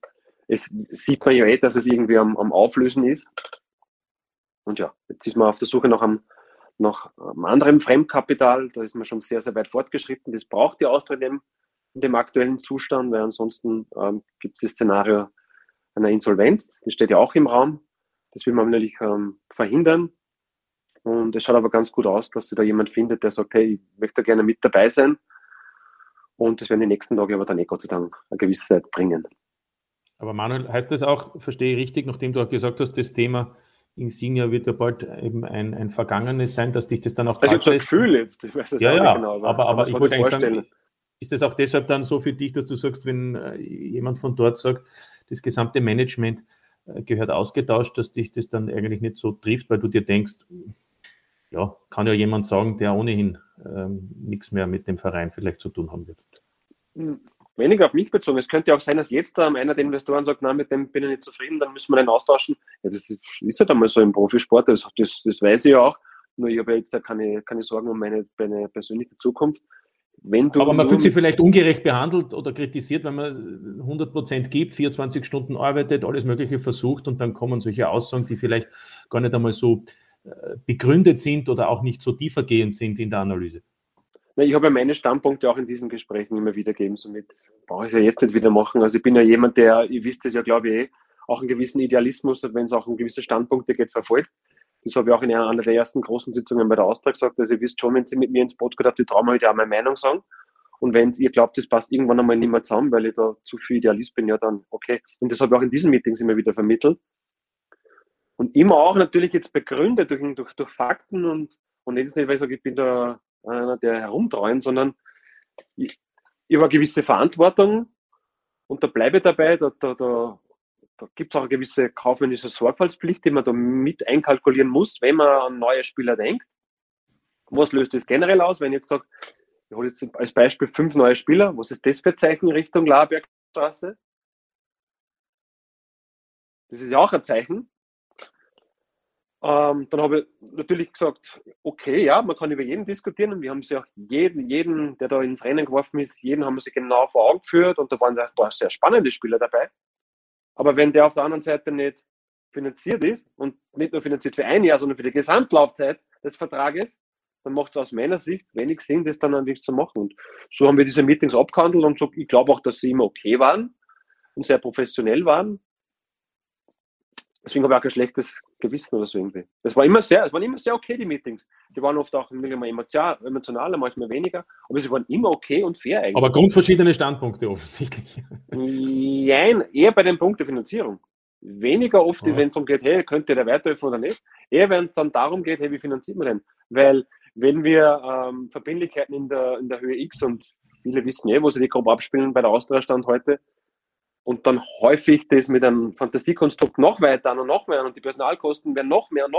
es sieht man ja dass es irgendwie am Auflösen ist. Und ja, jetzt ist man auf der Suche nach einem anderen Fremdkapital. Da ist man schon sehr, sehr weit fortgeschritten. Das braucht die Austria in dem aktuellen Zustand, weil ansonsten gibt es das Szenario einer Insolvenz. Das steht ja auch im Raum. Das will man natürlich verhindern. Und es schaut aber ganz gut aus, dass sich da jemand findet, der sagt, hey, ich möchte da gerne mit dabei sein. Und das werden die nächsten Tage aber dann Gott sei Dank eine gewisse Zeit bringen. Aber Manuel, heißt das auch, verstehe ich richtig, nachdem du auch gesagt hast, das Thema Insignia wird ja bald eben ein Vergangenes sein, dass dich das dann auch kalt lässt? Ich habe so ein Gefühl jetzt, ich weiß es auch nicht genau. Aber ich wollte eigentlich sagen, ist das auch deshalb dann so für dich, dass du sagst, wenn jemand von dort sagt, das gesamte Management gehört ausgetauscht, dass dich das dann eigentlich nicht so trifft, weil du dir denkst, ja, kann ja jemand sagen, der ohnehin nichts mehr mit dem Verein vielleicht zu tun haben wird. Weniger auf mich bezogen. Es könnte auch sein, dass jetzt einer der Investoren sagt, nein, mit dem bin ich nicht zufrieden, dann müssen wir den austauschen. Ja, das ist halt einmal so im Profisport, das weiß ich ja auch. Nur ich habe ja jetzt da keine Sorgen um meine persönliche Zukunft. Aber man fühlt sich vielleicht ungerecht behandelt oder kritisiert, wenn man 100% gibt, 24 Stunden arbeitet, alles Mögliche versucht und dann kommen solche Aussagen, die vielleicht gar nicht einmal so begründet sind oder auch nicht so tiefergehend sind in der Analyse. Ich habe ja meine Standpunkte auch in diesen Gesprächen immer wieder gegeben, somit brauche ich es ja jetzt nicht wieder machen. Also ich bin ja jemand, der, ihr wisst es ja, glaube ich, auch einen gewissen Idealismus, wenn es auch um gewisse Standpunkte geht, verfolgt. Das habe ich auch in einer der ersten großen Sitzungen bei der Austria gesagt. Also ihr wisst schon, wenn Sie mit mir ins Podcast habt, ich traue mir heute auch meine Meinung sagen. Und wenn ihr glaubt, das passt irgendwann einmal nicht mehr zusammen, weil ich da zu viel Idealist bin, ja dann okay. Und das habe ich auch in diesen Meetings immer wieder vermittelt. Und immer auch natürlich jetzt begründet durch Fakten und jetzt nicht, weil ich sage, ich bin da einer, der herumträumt, sondern ich habe eine gewisse Verantwortung und da bleibe ich dabei, da gibt es auch eine gewisse kaufmännische Sorgfaltspflicht, die man da mit einkalkulieren muss, wenn man an neue Spieler denkt. Was löst das generell aus, wenn ich jetzt sage, ich hole jetzt als Beispiel 5 neue Spieler, was ist das für ein Zeichen Richtung Laberbergstraße? Das ist ja auch ein Zeichen. Dann habe ich natürlich gesagt, okay, ja, man kann über jeden diskutieren und wir haben sich auch jeden, der da ins Rennen geworfen ist, jeden haben wir sich genau vor Augen geführt und da waren ein paar sehr spannende Spieler dabei. Aber wenn der auf der anderen Seite nicht finanziert ist und nicht nur finanziert für ein Jahr, sondern für die Gesamtlaufzeit des Vertrages, dann macht es aus meiner Sicht wenig Sinn, das dann eigentlich zu machen. Und so haben wir diese Meetings abgehandelt und so, ich glaube auch, dass sie immer okay waren und sehr professionell waren. Deswegen habe ich auch kein schlechtes Gewissen oder so irgendwie. Es waren immer sehr okay, die Meetings. Die waren oft auch emotionaler, manchmal weniger, aber sie waren immer okay und fair eigentlich. Aber grundverschiedene Standpunkte offensichtlich. Nein, eher bei dem Punkt der Finanzierung. Weniger oft, wenn es darum geht, hey, könnte der weiterhelfen oder nicht. Eher wenn es dann darum geht, hey, wie finanziert man denn? Weil wenn wir Verbindlichkeiten in der Höhe X und viele wissen wo sie die grob abspielen bei der Austria Stand heute, und dann häufig das mit einem Fantasiekonstrukt noch weiter und noch mehr und die Personalkosten werden noch mehr.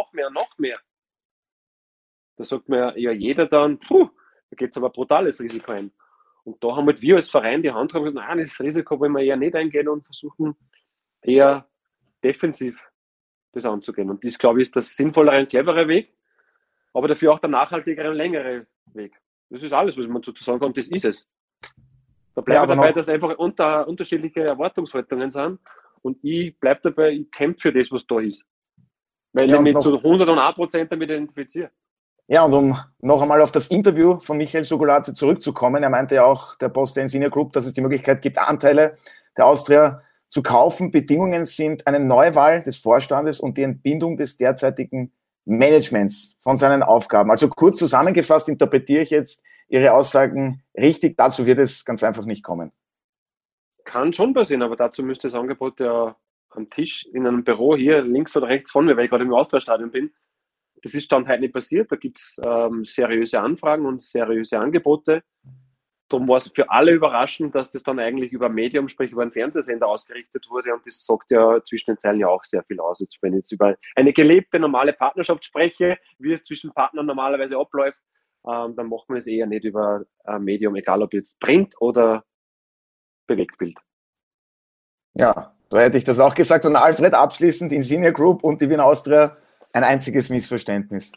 Da sagt mir ja jeder dann, da geht es aber brutales Risiko ein. Und da haben halt wir als Verein die Hand drauf gesagt, nein, das Risiko wollen wir eher nicht eingehen und versuchen eher defensiv das anzugehen. Und das, glaube ich, ist der sinnvollere und clevere Weg, aber dafür auch der nachhaltigere und längere Weg. Das ist alles, was man dazu sagen kann, das ist es. Da bleibe ich dabei, dass einfach unterschiedliche Erwartungshaltungen sind und ich bleibe dabei, ich kämpfe für das, was da ist. Weil ich mich zu 101% damit identifiziere. Ja, und um noch einmal auf das Interview von Michael Sugolace zurückzukommen, er meinte ja auch, der Boss der Insignia Group, dass es die Möglichkeit gibt, Anteile der Austria zu kaufen. Bedingungen sind eine Neuwahl des Vorstandes und die Entbindung des derzeitigen Managements von seinen Aufgaben. Also kurz zusammengefasst interpretiere ich jetzt Ihre Aussagen richtig. Dazu wird es ganz einfach nicht kommen. Kann schon passieren, aber dazu müsste das Angebot ja am Tisch in einem Büro hier links oder rechts von mir, weil ich gerade im Austria-Stadion bin. Das ist Stand heute nicht passiert. Da gibt es seriöse Anfragen und seriöse Angebote. Darum war es für alle überraschend, dass das dann eigentlich über ein Medium, sprich über einen Fernsehsender ausgerichtet wurde. Und das sagt ja zwischen den Zeilen ja auch sehr viel aus. Jetzt, wenn ich jetzt über eine gelebte, normale Partnerschaft spreche, wie es zwischen Partnern normalerweise abläuft, dann macht man es eher nicht über ein Medium, egal ob jetzt Print oder Bewegtbild. Ja, da hätte ich das auch gesagt. Und Alfred, abschließend, Insignia Group und die Wiener Austria, ein einziges Missverständnis.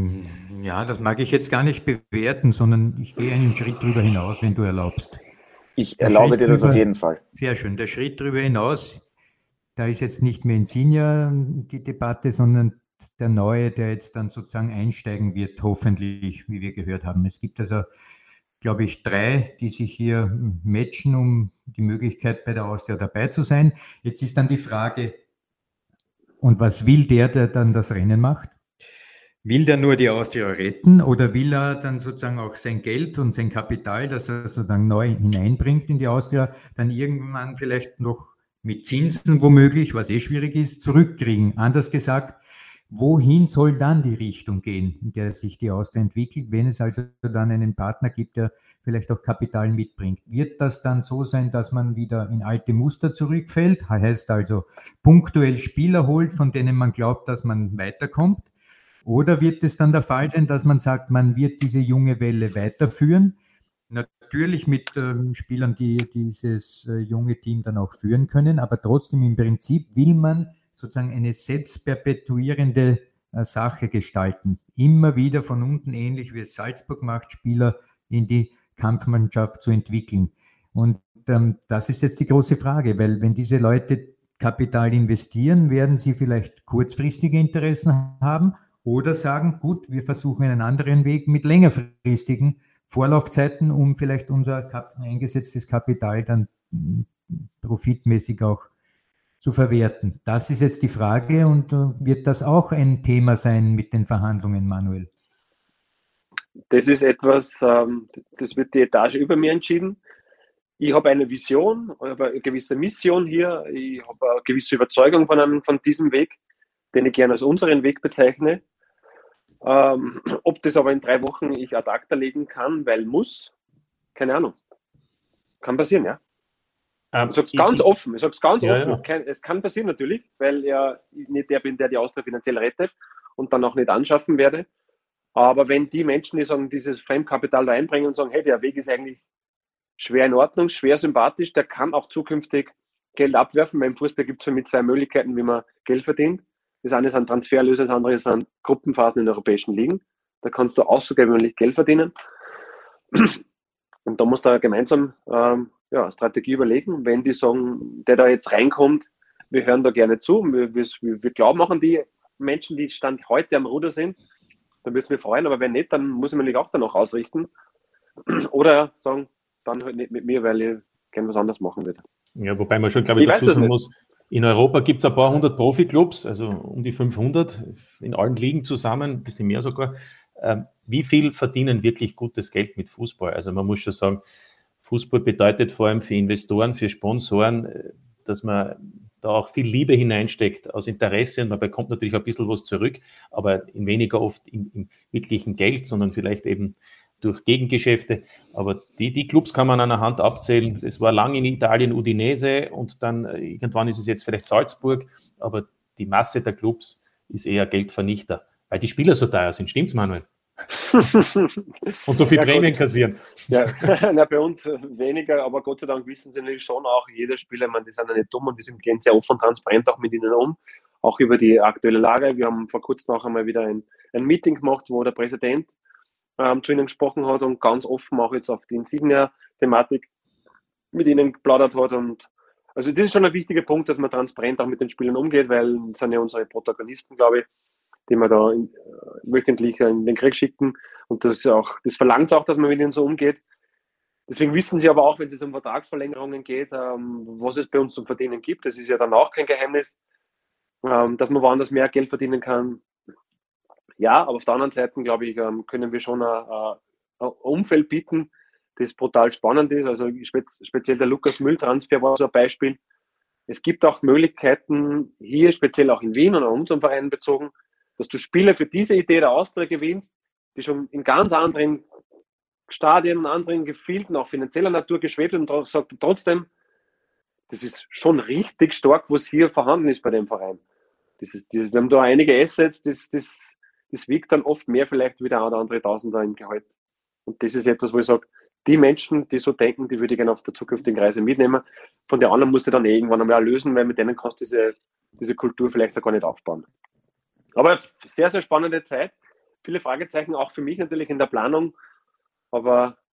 Ja, das mag ich jetzt gar nicht bewerten, sondern ich gehe einen Schritt drüber hinaus, wenn du erlaubst. Ich erlaube dir das auf jeden Fall. Sehr schön. Der Schritt darüber hinaus, da ist jetzt nicht mehr Insigne die Debatte, sondern der Neue, der jetzt dann sozusagen einsteigen wird, hoffentlich, wie wir gehört haben. Es gibt also, glaube ich, 3, die sich hier matchen, um die Möglichkeit bei der Austria dabei zu sein. Jetzt ist dann die Frage, und was will der dann das Rennen macht? Will der nur die Austria retten oder will er dann sozusagen auch sein Geld und sein Kapital, das er sozusagen neu hineinbringt in die Austria, dann irgendwann vielleicht noch mit Zinsen womöglich, was schwierig ist, zurückkriegen? Anders gesagt, wohin soll dann die Richtung gehen, in der sich die Austria entwickelt, wenn es also dann einen Partner gibt, der vielleicht auch Kapital mitbringt? Wird das dann so sein, dass man wieder in alte Muster zurückfällt? Heißt also punktuell Spieler holt, von denen man glaubt, dass man weiterkommt? Oder wird es dann der Fall sein, dass man sagt, man wird diese junge Welle weiterführen? Natürlich mit Spielern, die dieses junge Team dann auch führen können, aber trotzdem im Prinzip will man sozusagen eine selbstperpetuierende Sache gestalten. Immer wieder von unten, ähnlich wie es Salzburg macht, Spieler in die Kampfmannschaft zu entwickeln. Und das ist jetzt die große Frage, weil wenn diese Leute Kapital investieren, werden sie vielleicht kurzfristige Interessen haben oder sagen, gut, wir versuchen einen anderen Weg mit längerfristigen Vorlaufzeiten, um vielleicht unser eingesetztes Kapital dann profitmäßig auch zu verwerten. Das ist jetzt die Frage und wird das auch ein Thema sein mit den Verhandlungen, Manuel? Das ist etwas, das wird die Etage über mir entschieden. Ich habe eine Vision, ich habe eine gewisse Mission hier, ich habe eine gewisse Überzeugung von diesem Weg, den ich gerne als unseren Weg bezeichne. Ob das aber in 3 Wochen ich ad acta legen kann, weil muss, keine Ahnung. Kann passieren, ja. Ich sage es ganz offen. Ja. Es kann passieren natürlich, weil ich nicht der bin, der die Austria finanziell rettet und dann auch nicht anschaffen werde. Aber wenn die Menschen, die sagen, dieses Fremdkapital da einbringen und sagen, hey, der Weg ist eigentlich schwer in Ordnung, schwer sympathisch, der kann auch zukünftig Geld abwerfen. Beim Fußball gibt es für mich 2 Möglichkeiten, wie man Geld verdient. Das eine sind Transferlöse, das andere sind Gruppenphasen in europäischen Ligen. Da kannst du außergewöhnlich Geld verdienen. Und da muss da gemeinsam Strategie überlegen. Wenn die sagen, der da jetzt reinkommt, wir hören da gerne zu, wir glauben auch an die Menschen, die Stand heute am Ruder sind, dann würde es mich freuen, aber wenn nicht, dann muss ich mich auch danach ausrichten. Oder sagen, dann halt nicht mit mir, weil ich gerne was anderes machen würde. Ja, wobei man schon, glaube ich, dazu sagen muss, in Europa gibt es ein paar hundert Profi-Clubs, also um die 500 in allen Ligen zusammen, ein bisschen mehr sogar. Wie viel verdienen wirklich gutes Geld mit Fußball? Also man muss schon sagen, Fußball bedeutet vor allem für Investoren, für Sponsoren, dass man da auch viel Liebe hineinsteckt aus Interesse und man bekommt natürlich ein bisschen was zurück, aber weniger oft im wirklichen Geld, sondern vielleicht eben durch Gegengeschäfte. Aber die Clubs kann man an der Hand abzählen. Es war lange in Italien Udinese und dann irgendwann ist es jetzt vielleicht Salzburg, aber die Masse der Clubs ist eher Geldvernichter, weil die Spieler so teuer sind. Stimmt's, Manuel? Und so viel Prämien kassieren. Ja, bei uns weniger, aber Gott sei Dank wissen sie natürlich schon auch, jeder Spieler, die sind ja nicht dumm und die gehen sehr offen und transparent auch mit ihnen um, auch über die aktuelle Lage. Wir haben vor kurzem auch einmal wieder ein Meeting gemacht, wo der Präsident zu ihnen gesprochen hat und ganz offen auch jetzt auf die Insignia-Thematik mit ihnen geplaudert hat. Und also das ist schon ein wichtiger Punkt, dass man transparent auch mit den Spielern umgeht, weil das sind ja unsere Protagonisten, glaube ich, die wir da wöchentlich in den Krieg schicken. Und das verlangt es auch, dass man mit ihnen so umgeht. Deswegen wissen sie aber auch, wenn es um Vertragsverlängerungen geht, was es bei uns zum Verdienen gibt. Das ist ja dann auch kein Geheimnis, dass man woanders mehr Geld verdienen kann. Ja, aber auf der anderen Seite, glaube ich, können wir schon ein Umfeld bieten, das brutal spannend ist. Also speziell der Lukas Müll-Transfer war so ein Beispiel. Es gibt auch Möglichkeiten hier, speziell auch in Wien und an unseren Verein bezogen, dass du Spieler für diese Idee der Austria gewinnst, die schon in ganz anderen Stadien und anderen Gefilden, auch finanzieller Natur geschwebt und sagt trotzdem, das ist schon richtig stark, was hier vorhanden ist bei dem Verein. Wir haben da einige Assets, das wiegt dann oft mehr vielleicht wie der eine oder andere Tausender im Gehalt. Und das ist etwas, wo ich sage, die Menschen, die so denken, die würde ich gerne auf der zukünftigen Reise mitnehmen. Von den anderen musst du dann irgendwann einmal lösen, weil mit denen kannst du diese Kultur vielleicht auch gar nicht aufbauen. Aber sehr, sehr spannende Zeit. Viele Fragezeichen, auch für mich natürlich in der Planung. Aber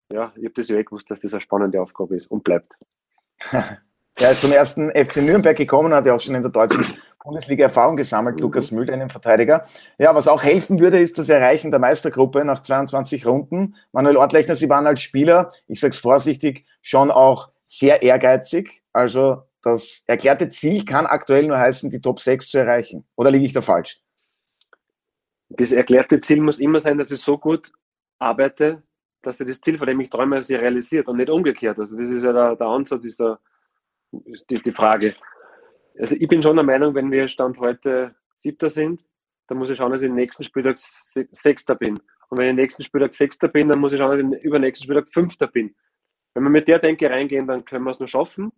ja, ich habe das ja gewusst, dass das eine spannende Aufgabe ist und bleibt. Er ist zum ersten FC Nürnberg gekommen, hat ja auch schon in der deutschen Bundesliga Erfahrung gesammelt, Lukas Mühl, einen Verteidiger. Ja, was auch helfen würde, ist das Erreichen der Meistergruppe nach 22 Runden. Manuel Ortlechner, Sie waren als Spieler, ich sage es vorsichtig, schon auch sehr ehrgeizig. Also das erklärte Ziel kann aktuell nur heißen, die Top 6 zu erreichen. Oder liege ich da falsch? Das erklärte Ziel muss immer sein, dass ich so gut arbeite, dass ich das Ziel, von dem ich träume, sich realisiert und nicht umgekehrt. Also das ist ja der Ansatz, ist die Frage. Also ich bin schon der Meinung, wenn wir Stand heute 7. sind, dann muss ich schauen, dass ich im nächsten Spieltag 6. bin. Und wenn ich im nächsten Spieltag 6. bin, dann muss ich schauen, dass ich im übernächsten Spieltag 5. bin. Wenn wir mit der Denke reingehen, dann können wir es nur schaffen.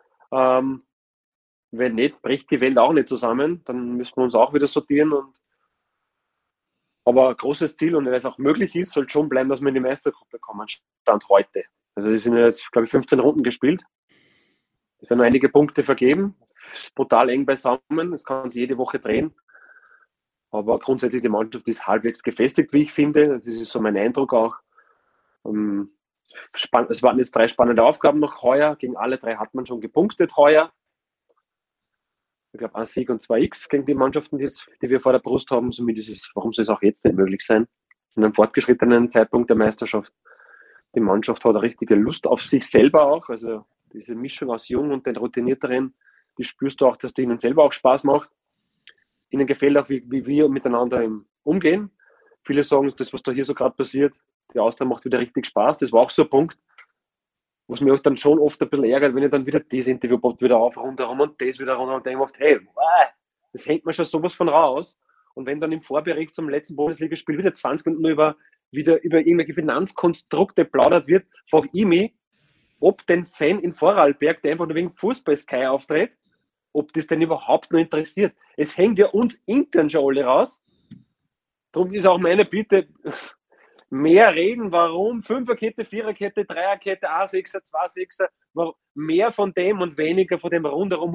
Wenn nicht, bricht die Welt auch nicht zusammen. Dann müssen wir uns auch wieder sortieren. Aber ein großes Ziel, und wenn es auch möglich ist, soll schon bleiben, dass wir in die Meistergruppe kommen. Stand heute. Also es sind jetzt, glaube ich, 15 Runden gespielt. Es werden nur einige Punkte vergeben. Es ist brutal eng beisammen. Es kann sich jede Woche drehen. Aber grundsätzlich die Mannschaft ist halbwegs gefestigt, wie ich finde. Das ist so mein Eindruck auch. Es waren jetzt 3 spannende Aufgaben noch heuer. Gegen alle 3 hat man schon gepunktet heuer. Ich glaube, ein Sieg und 2 X gegen die Mannschaften, die wir vor der Brust haben. Somit ist es, warum soll es auch jetzt nicht möglich sein? In einem fortgeschrittenen Zeitpunkt der Meisterschaft. Die Mannschaft hat eine richtige Lust auf sich selber auch. Also diese Mischung aus Jung und den Routinierteren, die spürst du auch, dass die ihnen selber auch Spaß macht. Ihnen gefällt auch, wie wir miteinander umgehen. Viele sagen, das, was da hier so gerade passiert, die Austria macht wieder richtig Spaß. Das war auch so ein Punkt, was mich auch dann schon oft ein bisschen ärgert, wenn ich dann wieder das Interview poppt wieder auf, rundherum und das wieder rundherum und denke mir oft, hey, das hängt mir schon sowas von raus. Und wenn dann im Vorbericht zum letzten Bundesligaspiel wieder 20 Minuten über irgendwelche Finanzkonstrukte plaudert wird, frage ich mich, ob den Fan in Vorarlberg, der einfach nur wegen Fußball Sky auftritt, ob das denn überhaupt noch interessiert. Es hängt ja uns intern schon alle raus. Darum ist auch meine Bitte, mehr reden, warum 5er-Kette, 4er-Kette, 3er-Kette, A6er, 2-6er, mehr von dem und weniger von dem rundherum,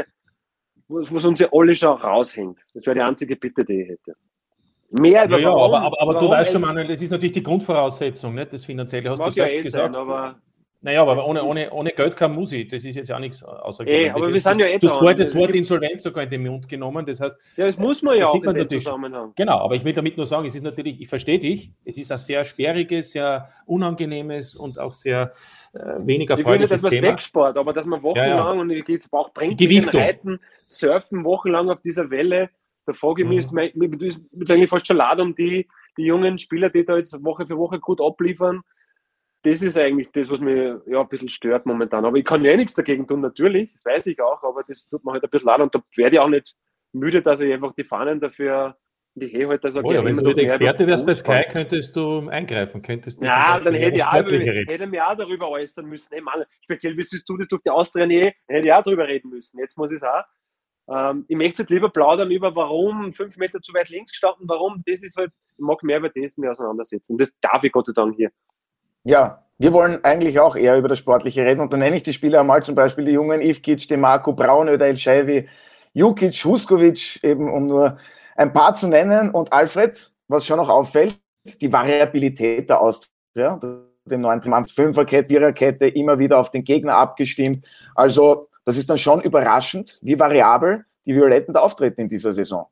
was uns ja alle schon raushängt. Das wäre die einzige Bitte, die ich hätte. Mehr ja, aber du weißt schon, Manuel, das ist natürlich die Grundvoraussetzung, nicht? Das Finanzielle hast du selbst gesagt. Naja, aber ohne Geld kann Musik, das ist jetzt ja nichts außergewöhnliches. Aber wir sind ja Du hast vorher das Wort Insolvenz sogar in den Mund genommen, das heißt... Ja, das muss man ja auch in dem Zusammenhang. Genau, aber ich will damit nur sagen, es ist natürlich, ich verstehe dich, es ist ein sehr sperriges, sehr unangenehmes und auch sehr weniger freundliches Thema. Ich will nicht, dass man es wegspart, aber dass man wochenlang, und ich gehe jetzt auch Reiten, surfen wochenlang auf dieser Welle, da frage ich mich, mir ist eigentlich fast schon leid um die jungen Spieler, die da jetzt Woche für Woche gut abliefern. Das ist eigentlich das, was mich ein bisschen stört momentan. Aber ich kann ja nichts dagegen tun, natürlich, das weiß ich auch, aber das tut mir halt ein bisschen leid und da werde ich auch nicht müde, dass ich einfach die Fahnen dafür in die Höhe halte. Wenn du der Experte wärst bei Sky, könntest du eingreifen. Ja, dann hätte ich mich auch darüber äußern müssen. Hey Mann, speziell, wie siehst du das durch die Austria, hätte ich auch darüber reden müssen. Jetzt muss ich es auch. Ich möchte halt lieber plaudern über, warum 5 Meter zu weit links gestanden, warum, das ist halt, ich mag mehr über das mehr auseinandersetzen. Das darf ich Gott sei Dank hier. Ja, wir wollen eigentlich auch eher über das Sportliche reden und dann nenne ich die Spieler einmal, zum Beispiel die jungen Ivkic, Demarco, Braunöder, El-Shaiwi, Jukic, Huskovic, eben um nur ein paar zu nennen. Und Alfred, was schon noch auffällt, die Variabilität der Austria, dem neuen Team, 5er-Kette, 4er-Kette, immer wieder auf den Gegner abgestimmt. Also das ist dann schon überraschend, wie variabel die Violetten da auftreten in dieser Saison.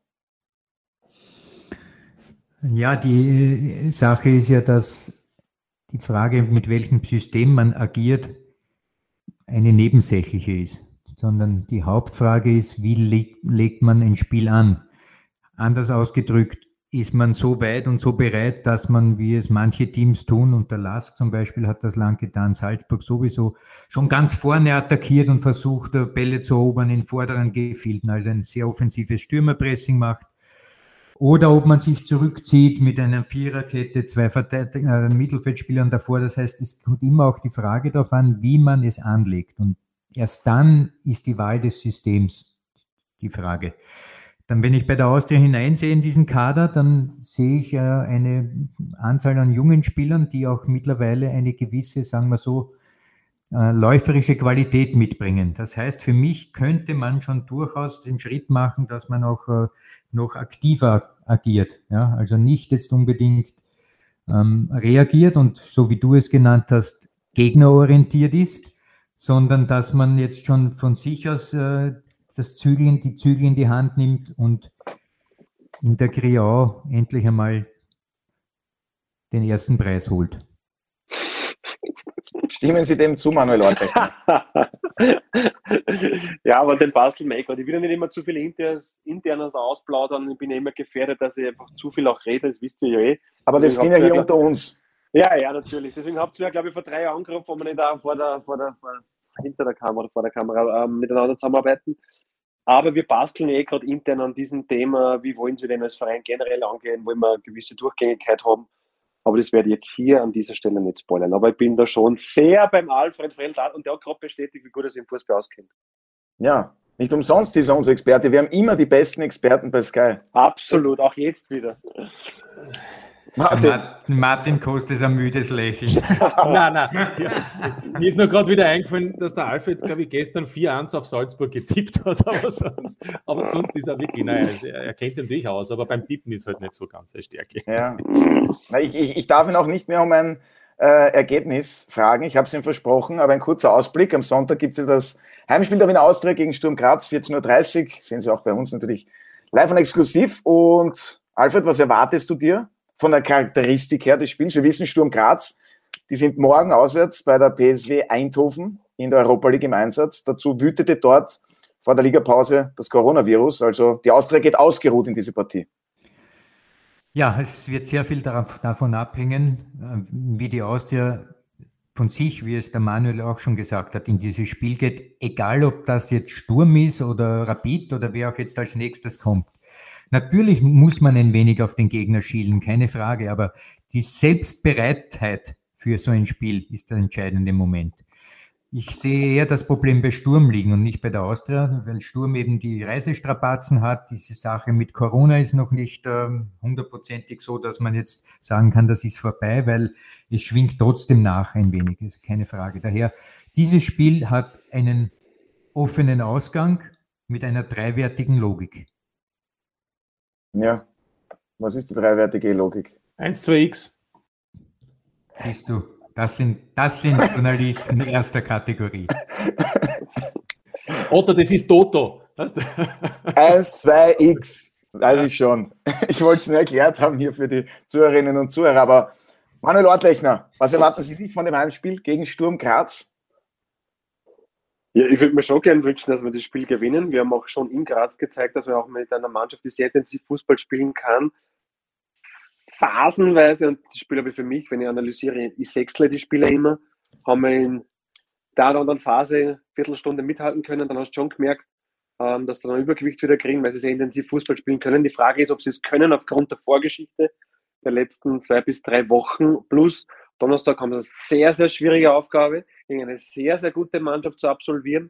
Ja, die Sache ist ja, dass die Frage, mit welchem System man agiert, eine nebensächliche ist, sondern die Hauptfrage ist, wie legt man ein Spiel an? Anders ausgedrückt, ist man so weit und so bereit, dass man, wie es manche Teams tun, und der LASK zum Beispiel hat das lang getan, Salzburg sowieso, schon ganz vorne attackiert und versucht, Bälle zu erobern in vorderen Gefilden, also ein sehr offensives Stürmerpressing macht. Oder ob man sich zurückzieht mit einer Viererkette, 2 Mittelfeldspielern davor. Das heißt, es kommt immer auch die Frage darauf an, wie man es anlegt. Und erst dann ist die Wahl des Systems die Frage. Dann, wenn ich bei der Austria hineinsehe in diesen Kader, dann sehe ich eine Anzahl an jungen Spielern, die auch mittlerweile eine gewisse, sagen wir so, läuferische Qualität mitbringen. Das heißt, für mich könnte man schon durchaus den Schritt machen, dass man auch noch aktiver agiert. Ja? Also nicht jetzt unbedingt reagiert und so wie du es genannt hast, gegnerorientiert ist, sondern dass man jetzt schon von sich aus die Zügel in die Hand nimmt und in der Griau endlich einmal den ersten Preis holt. Stimmen Sie dem zu, Manuel Ortlechner? Ja, aber den Basel mag ich. Ich will ja nicht immer zu viel Internes ausplaudern. Ich bin ja immer gefährdet, dass ich einfach zu viel auch rede, das wisst ihr ja eh. Aber wir sind ja hier unter uns. Ja, natürlich. Deswegen habt ihr ja, glaube ich, vor 3 Jahren angerufen, wo wir nicht auch hinter der Kamera oder vor der Kamera miteinander zusammenarbeiten. Aber wir basteln eh gerade intern an diesem Thema, wie wollen wir denn als Verein generell angehen, wollen wir eine gewisse Durchgängigkeit haben. Aber das werde ich jetzt hier an dieser Stelle nicht spoilern. Aber ich bin da schon sehr beim Alfred Frell und der hat gerade bestätigt, wie gut er sich im Fußball auskennt. Ja, nicht umsonst ist er unser Experte. Wir haben immer die besten Experten bei Sky. Absolut, auch jetzt wieder. Martin kostet ein müdes Lächeln. Nein. Ja. Mir ist nur gerade wieder eingefallen, dass der Alfred, glaube ich, gestern 4-1 auf Salzburg getippt hat. Aber sonst ist er wirklich, er kennt sich natürlich aus, aber beim Tippen ist halt nicht so ganz seine Stärke. Ja. Ich darf ihn auch nicht mehr um ein Ergebnis fragen. Ich habe es ihm versprochen, aber ein kurzer Ausblick. Am Sonntag gibt es ja das Heimspiel der Wiener Austria gegen Sturm Graz, 14.30 Uhr. Sehen Sie auch bei uns natürlich live und exklusiv. Und Alfred, was erwartest du dir von der Charakteristik her des Spiels? Wir wissen, Sturm Graz, die sind morgen auswärts bei der PSW Eindhoven in der Europa League im Einsatz. Dazu wütete dort vor der Ligapause das Coronavirus. Also die Austria geht ausgeruht in diese Partie. Ja, es wird sehr viel davon abhängen, wie die Austria von sich, wie es der Manuel auch schon gesagt hat, in dieses Spiel geht, egal ob das jetzt Sturm ist oder Rapid oder wer auch jetzt als nächstes kommt. Natürlich muss man ein wenig auf den Gegner schielen, keine Frage, aber die Selbstbereitheit für so ein Spiel ist der entscheidende Moment. Ich sehe eher das Problem bei Sturm liegen und nicht bei der Austria, weil Sturm eben die Reisestrapazen hat. Diese Sache mit Corona ist noch nicht hundertprozentig so, dass man jetzt sagen kann, das ist vorbei, weil es schwingt trotzdem nach ein wenig, ist keine Frage. Daher, dieses Spiel hat einen offenen Ausgang mit einer dreiwertigen Logik. Ja, was ist die dreiwertige Logik? 1-2x. Siehst du, das sind Journalisten erster Kategorie. Otto, das ist Toto. 1-2x, weiß ich schon. Ich wollte es nur erklärt haben hier für die Zuhörerinnen und Zuhörer. Aber Manuel Ortlechner, was erwarten Sie sich von dem Heimspiel gegen Sturm Graz? Ja, ich würde mir schon gerne wünschen, dass wir das Spiel gewinnen. Wir haben auch schon in Graz gezeigt, dass wir auch mit einer Mannschaft, die sehr intensiv Fußball spielen kann, phasenweise, und das Spiel habe ich für mich, wenn ich analysiere, ich sechsle die Spieler immer, haben wir in der oder anderen Phase eine Viertelstunde mithalten können, dann hast du schon gemerkt, dass sie dann Übergewicht wieder kriegen, weil sie sehr intensiv Fußball spielen können. Die Frage ist, ob sie es können aufgrund der Vorgeschichte der letzten 2 bis 3 Wochen. Plus Donnerstag haben sie eine sehr, sehr schwierige Aufgabe, gegen eine sehr, sehr gute Mannschaft zu absolvieren.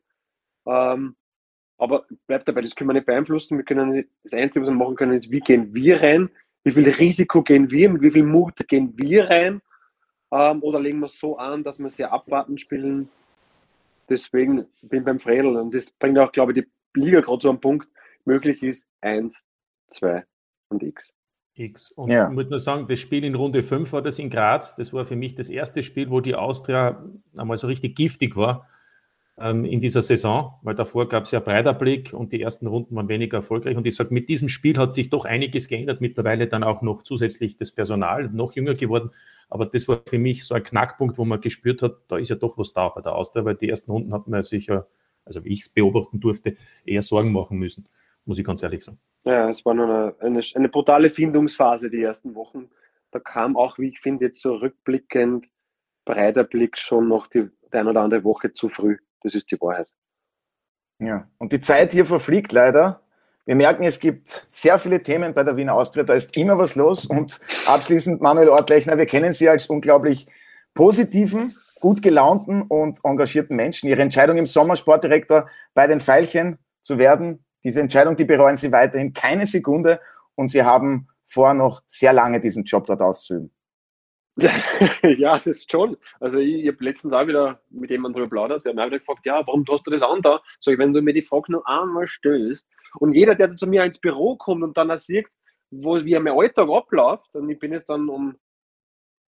Aber bleibt dabei, das können wir nicht beeinflussen. Wir können das Einzige, was wir machen können, ist, wie gehen wir rein? Wie viel Risiko gehen wir? Mit wie viel Mut gehen wir rein? Oder legen wir es so an, dass wir sehr abwartend spielen? Deswegen bin ich beim Fredl. Und das bringt auch, glaube ich, die Liga gerade so am Punkt, möglich ist 1, 2 und X. Und ich muss nur sagen, das Spiel in Runde 5 war das in Graz. Das war für mich das erste Spiel, wo die Austria einmal so richtig giftig war in dieser Saison, weil davor gab es ja Breiterblick und die ersten Runden waren weniger erfolgreich. Und ich sage, mit diesem Spiel hat sich doch einiges geändert. Mittlerweile dann auch noch zusätzlich das Personal, noch jünger geworden. Aber das war für mich so ein Knackpunkt, wo man gespürt hat, da ist ja doch was da bei der Austria, weil die ersten Runden hat man sich ja, also wie ich es beobachten durfte, eher Sorgen machen müssen, muss ich ganz ehrlich sagen. Ja, es war noch eine brutale Findungsphase, die ersten Wochen. Da kam auch, wie ich finde, jetzt so rückblickend Breiterblick schon noch die eine oder andere Woche zu früh. Das ist die Wahrheit. Ja, und die Zeit hier verfliegt leider. Wir merken, es gibt sehr viele Themen bei der Wiener Austria, da ist immer was los. Und abschließend, Manuel Ortlechner, wir kennen Sie als unglaublich positiven, gut gelaunten und engagierten Menschen. Ihre Entscheidung im Sommer Sportdirektor bei den Veilchen zu werden, diese Entscheidung, die bereuen Sie weiterhin keine Sekunde und Sie haben vor, noch sehr lange diesen Job dort auszuüben. Ja, das ist schon. Also ich habe letztens auch wieder mit jemandem darüber plaudert, der hat mir wieder gefragt, ja, warum tust du das an da? So, wenn du mir die Frage nur einmal stellst und jeder, der zu mir ins Büro kommt und dann auch sieht, wie mein Alltag abläuft, und ich bin jetzt dann um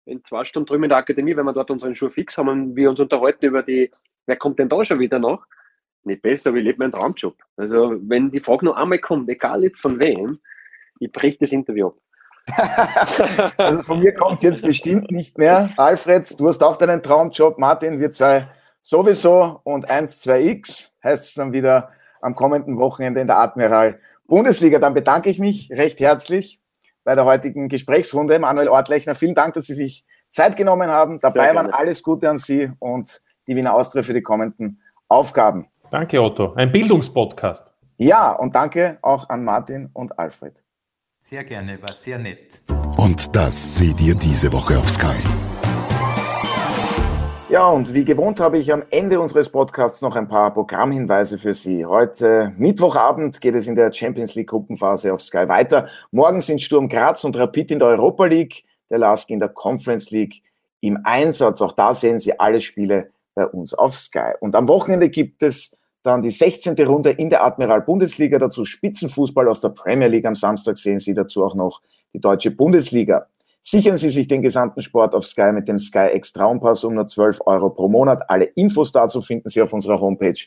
in 2 Stunden drüben in der Akademie, wenn wir dort unseren Schuh fix haben und wir uns unterhalten über wer kommt denn da schon wieder noch? Nicht besser, wie lebt mein Traumjob. Also wenn die Frage noch einmal kommt, egal jetzt von wem, ich brich das Interview ab. Also von mir kommt es jetzt bestimmt nicht mehr. Alfred, du hast auch deinen Traumjob. Martin, wir zwei sowieso. Und 1-2x heißt es dann wieder am kommenden Wochenende in der Admiral Bundesliga. Dann bedanke ich mich recht herzlich bei der heutigen Gesprächsrunde. Manuel Ortlechner, vielen Dank, dass Sie sich Zeit genommen haben. Dabei waren alles Gute an Sie und die Wiener Austria für die kommenden Aufgaben. Danke, Otto. Ein Bildungspodcast. Ja, und danke auch an Martin und Alfred. Sehr gerne, war sehr nett. Und das seht ihr diese Woche auf Sky. Ja, und wie gewohnt habe ich am Ende unseres Podcasts noch ein paar Programmhinweise für Sie. Heute Mittwochabend geht es in der Champions League Gruppenphase auf Sky weiter. Morgen sind Sturm Graz und Rapid in der Europa League, der LASK in der Conference League im Einsatz. Auch da sehen Sie alle Spiele bei uns auf Sky. Und am Wochenende gibt es dann die 16. Runde in der Admiral Bundesliga, dazu Spitzenfußball aus der Premier League. Am Samstag sehen Sie dazu auch noch die Deutsche Bundesliga. Sichern Sie sich den gesamten Sport auf Sky mit dem Sky X Traumpass um nur 12 € pro Monat. Alle Infos dazu finden Sie auf unserer Homepage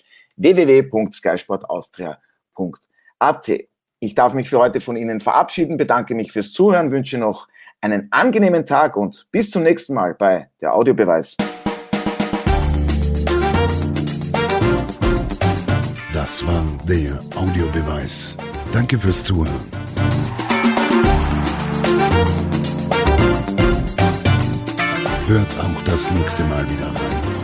www.skysportaustria.at. Ich darf mich für heute von Ihnen verabschieden, bedanke mich fürs Zuhören, wünsche noch einen angenehmen Tag und bis zum nächsten Mal bei der Audiobeweis. Das war der Audiobeweis. Danke fürs Zuhören. Hört auch das nächste Mal wieder rein.